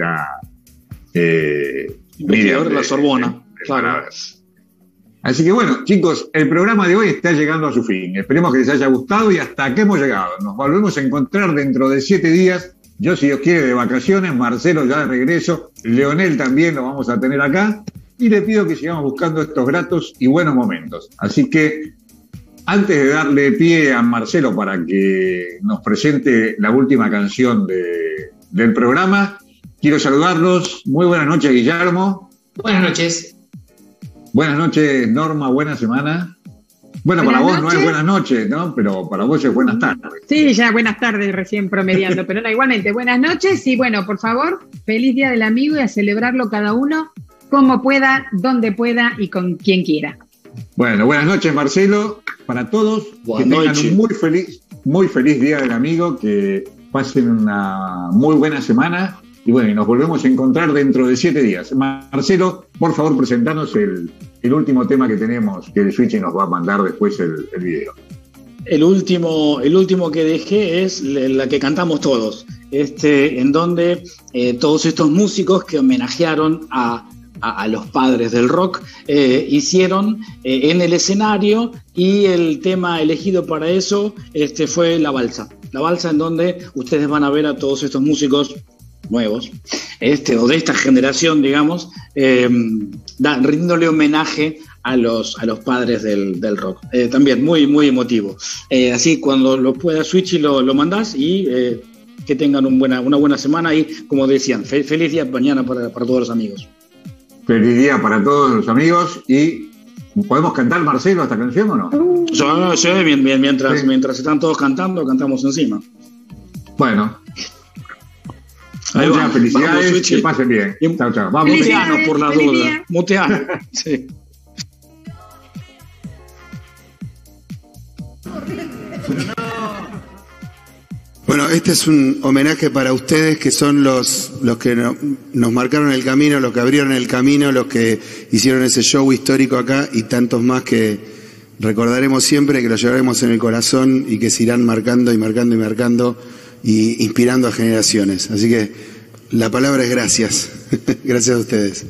ya. Investigadora de la Sorbona. Claro. Así que bueno, chicos, el programa de hoy está llegando a su fin. Esperemos que les haya gustado y hasta aquí hemos llegado. Nos volvemos a encontrar dentro de 7 días. Yo, si Dios quiere, de vacaciones. Marcelo ya de regreso. Leonel también lo vamos a tener acá. Y le pido que sigamos buscando estos gratos y buenos momentos. Así que, antes de darle pie a Marcelo para que nos presente la última canción del programa, quiero saludarlos. Muy buenas noches, Guillermo. Buenas noches. Buenas noches, Norma. Buena semana. Bueno, para vos no es buenas noches, ¿no? Pero para vos es buenas tardes. Sí, ya buenas tardes recién promediando, pero no, igualmente, buenas noches y bueno, por favor, feliz Día del Amigo y a celebrarlo cada uno como pueda, donde pueda y con quien quiera. Bueno, buenas noches, Marcelo, para todos. Que tengan un muy feliz Día del Amigo, que pasen una muy buena semana y bueno, y nos volvemos a encontrar dentro de 7 días. Marcelo, por favor, presentanos el último tema que tenemos, que el Switch nos va a mandar después el video. El último que dejé es la que cantamos todos. en donde todos estos músicos que homenajearon a los padres del rock hicieron en el escenario, y el tema elegido para eso fue La Balsa, en donde ustedes van a ver a todos estos músicos nuevos, o de esta generación, digamos, rindiéndole homenaje a los padres del rock. También muy, muy emotivo. Así, cuando lo puedas, Switch, y lo mandás, y que tengan una buena semana, y, como decían, feliz día mañana para todos los amigos. Feliz día para todos los amigos. ¿Y podemos cantar, Marcelo, esta canción o no? Sí, mientras están todos cantando, cantamos encima. Bueno. Ahí muchas felicidades, vamos, que pasen bien. Chao, chao. Vamos. Muteano, por la duda. Muteano. Sí. Bueno, este es un homenaje para ustedes, que son los que nos marcaron el camino, los que abrieron el camino, los que hicieron ese show histórico acá, y tantos más que recordaremos siempre, que los llevaremos en el corazón y que se irán marcando y marcando y marcando y inspirando a generaciones. Así que la palabra es gracias. Gracias a ustedes.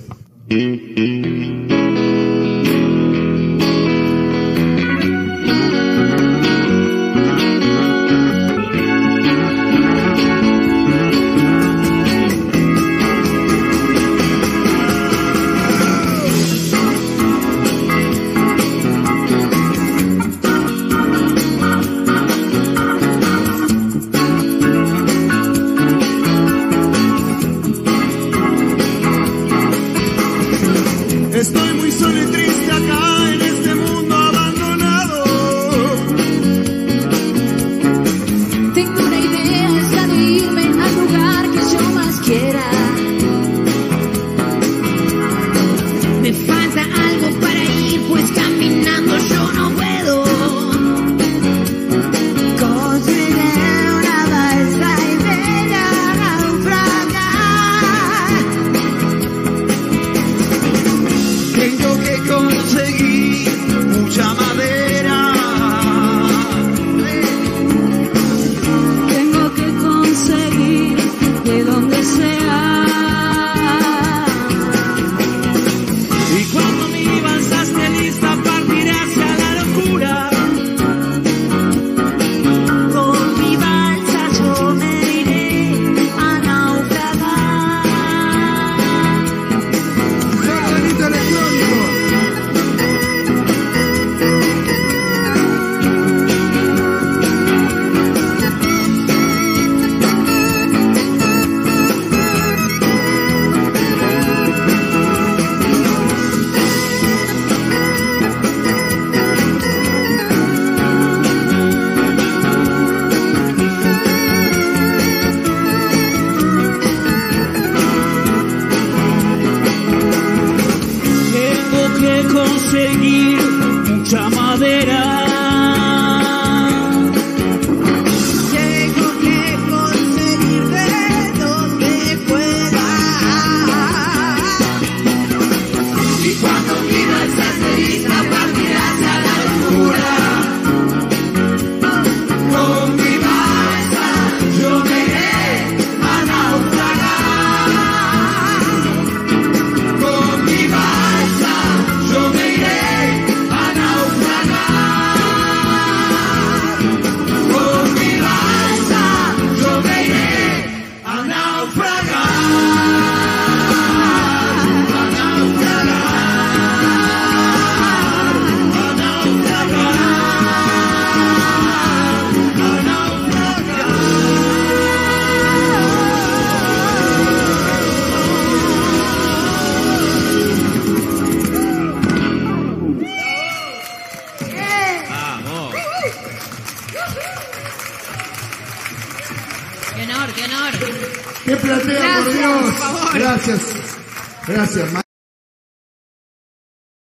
¡Qué platea, por Dios! Gracias. Gracias.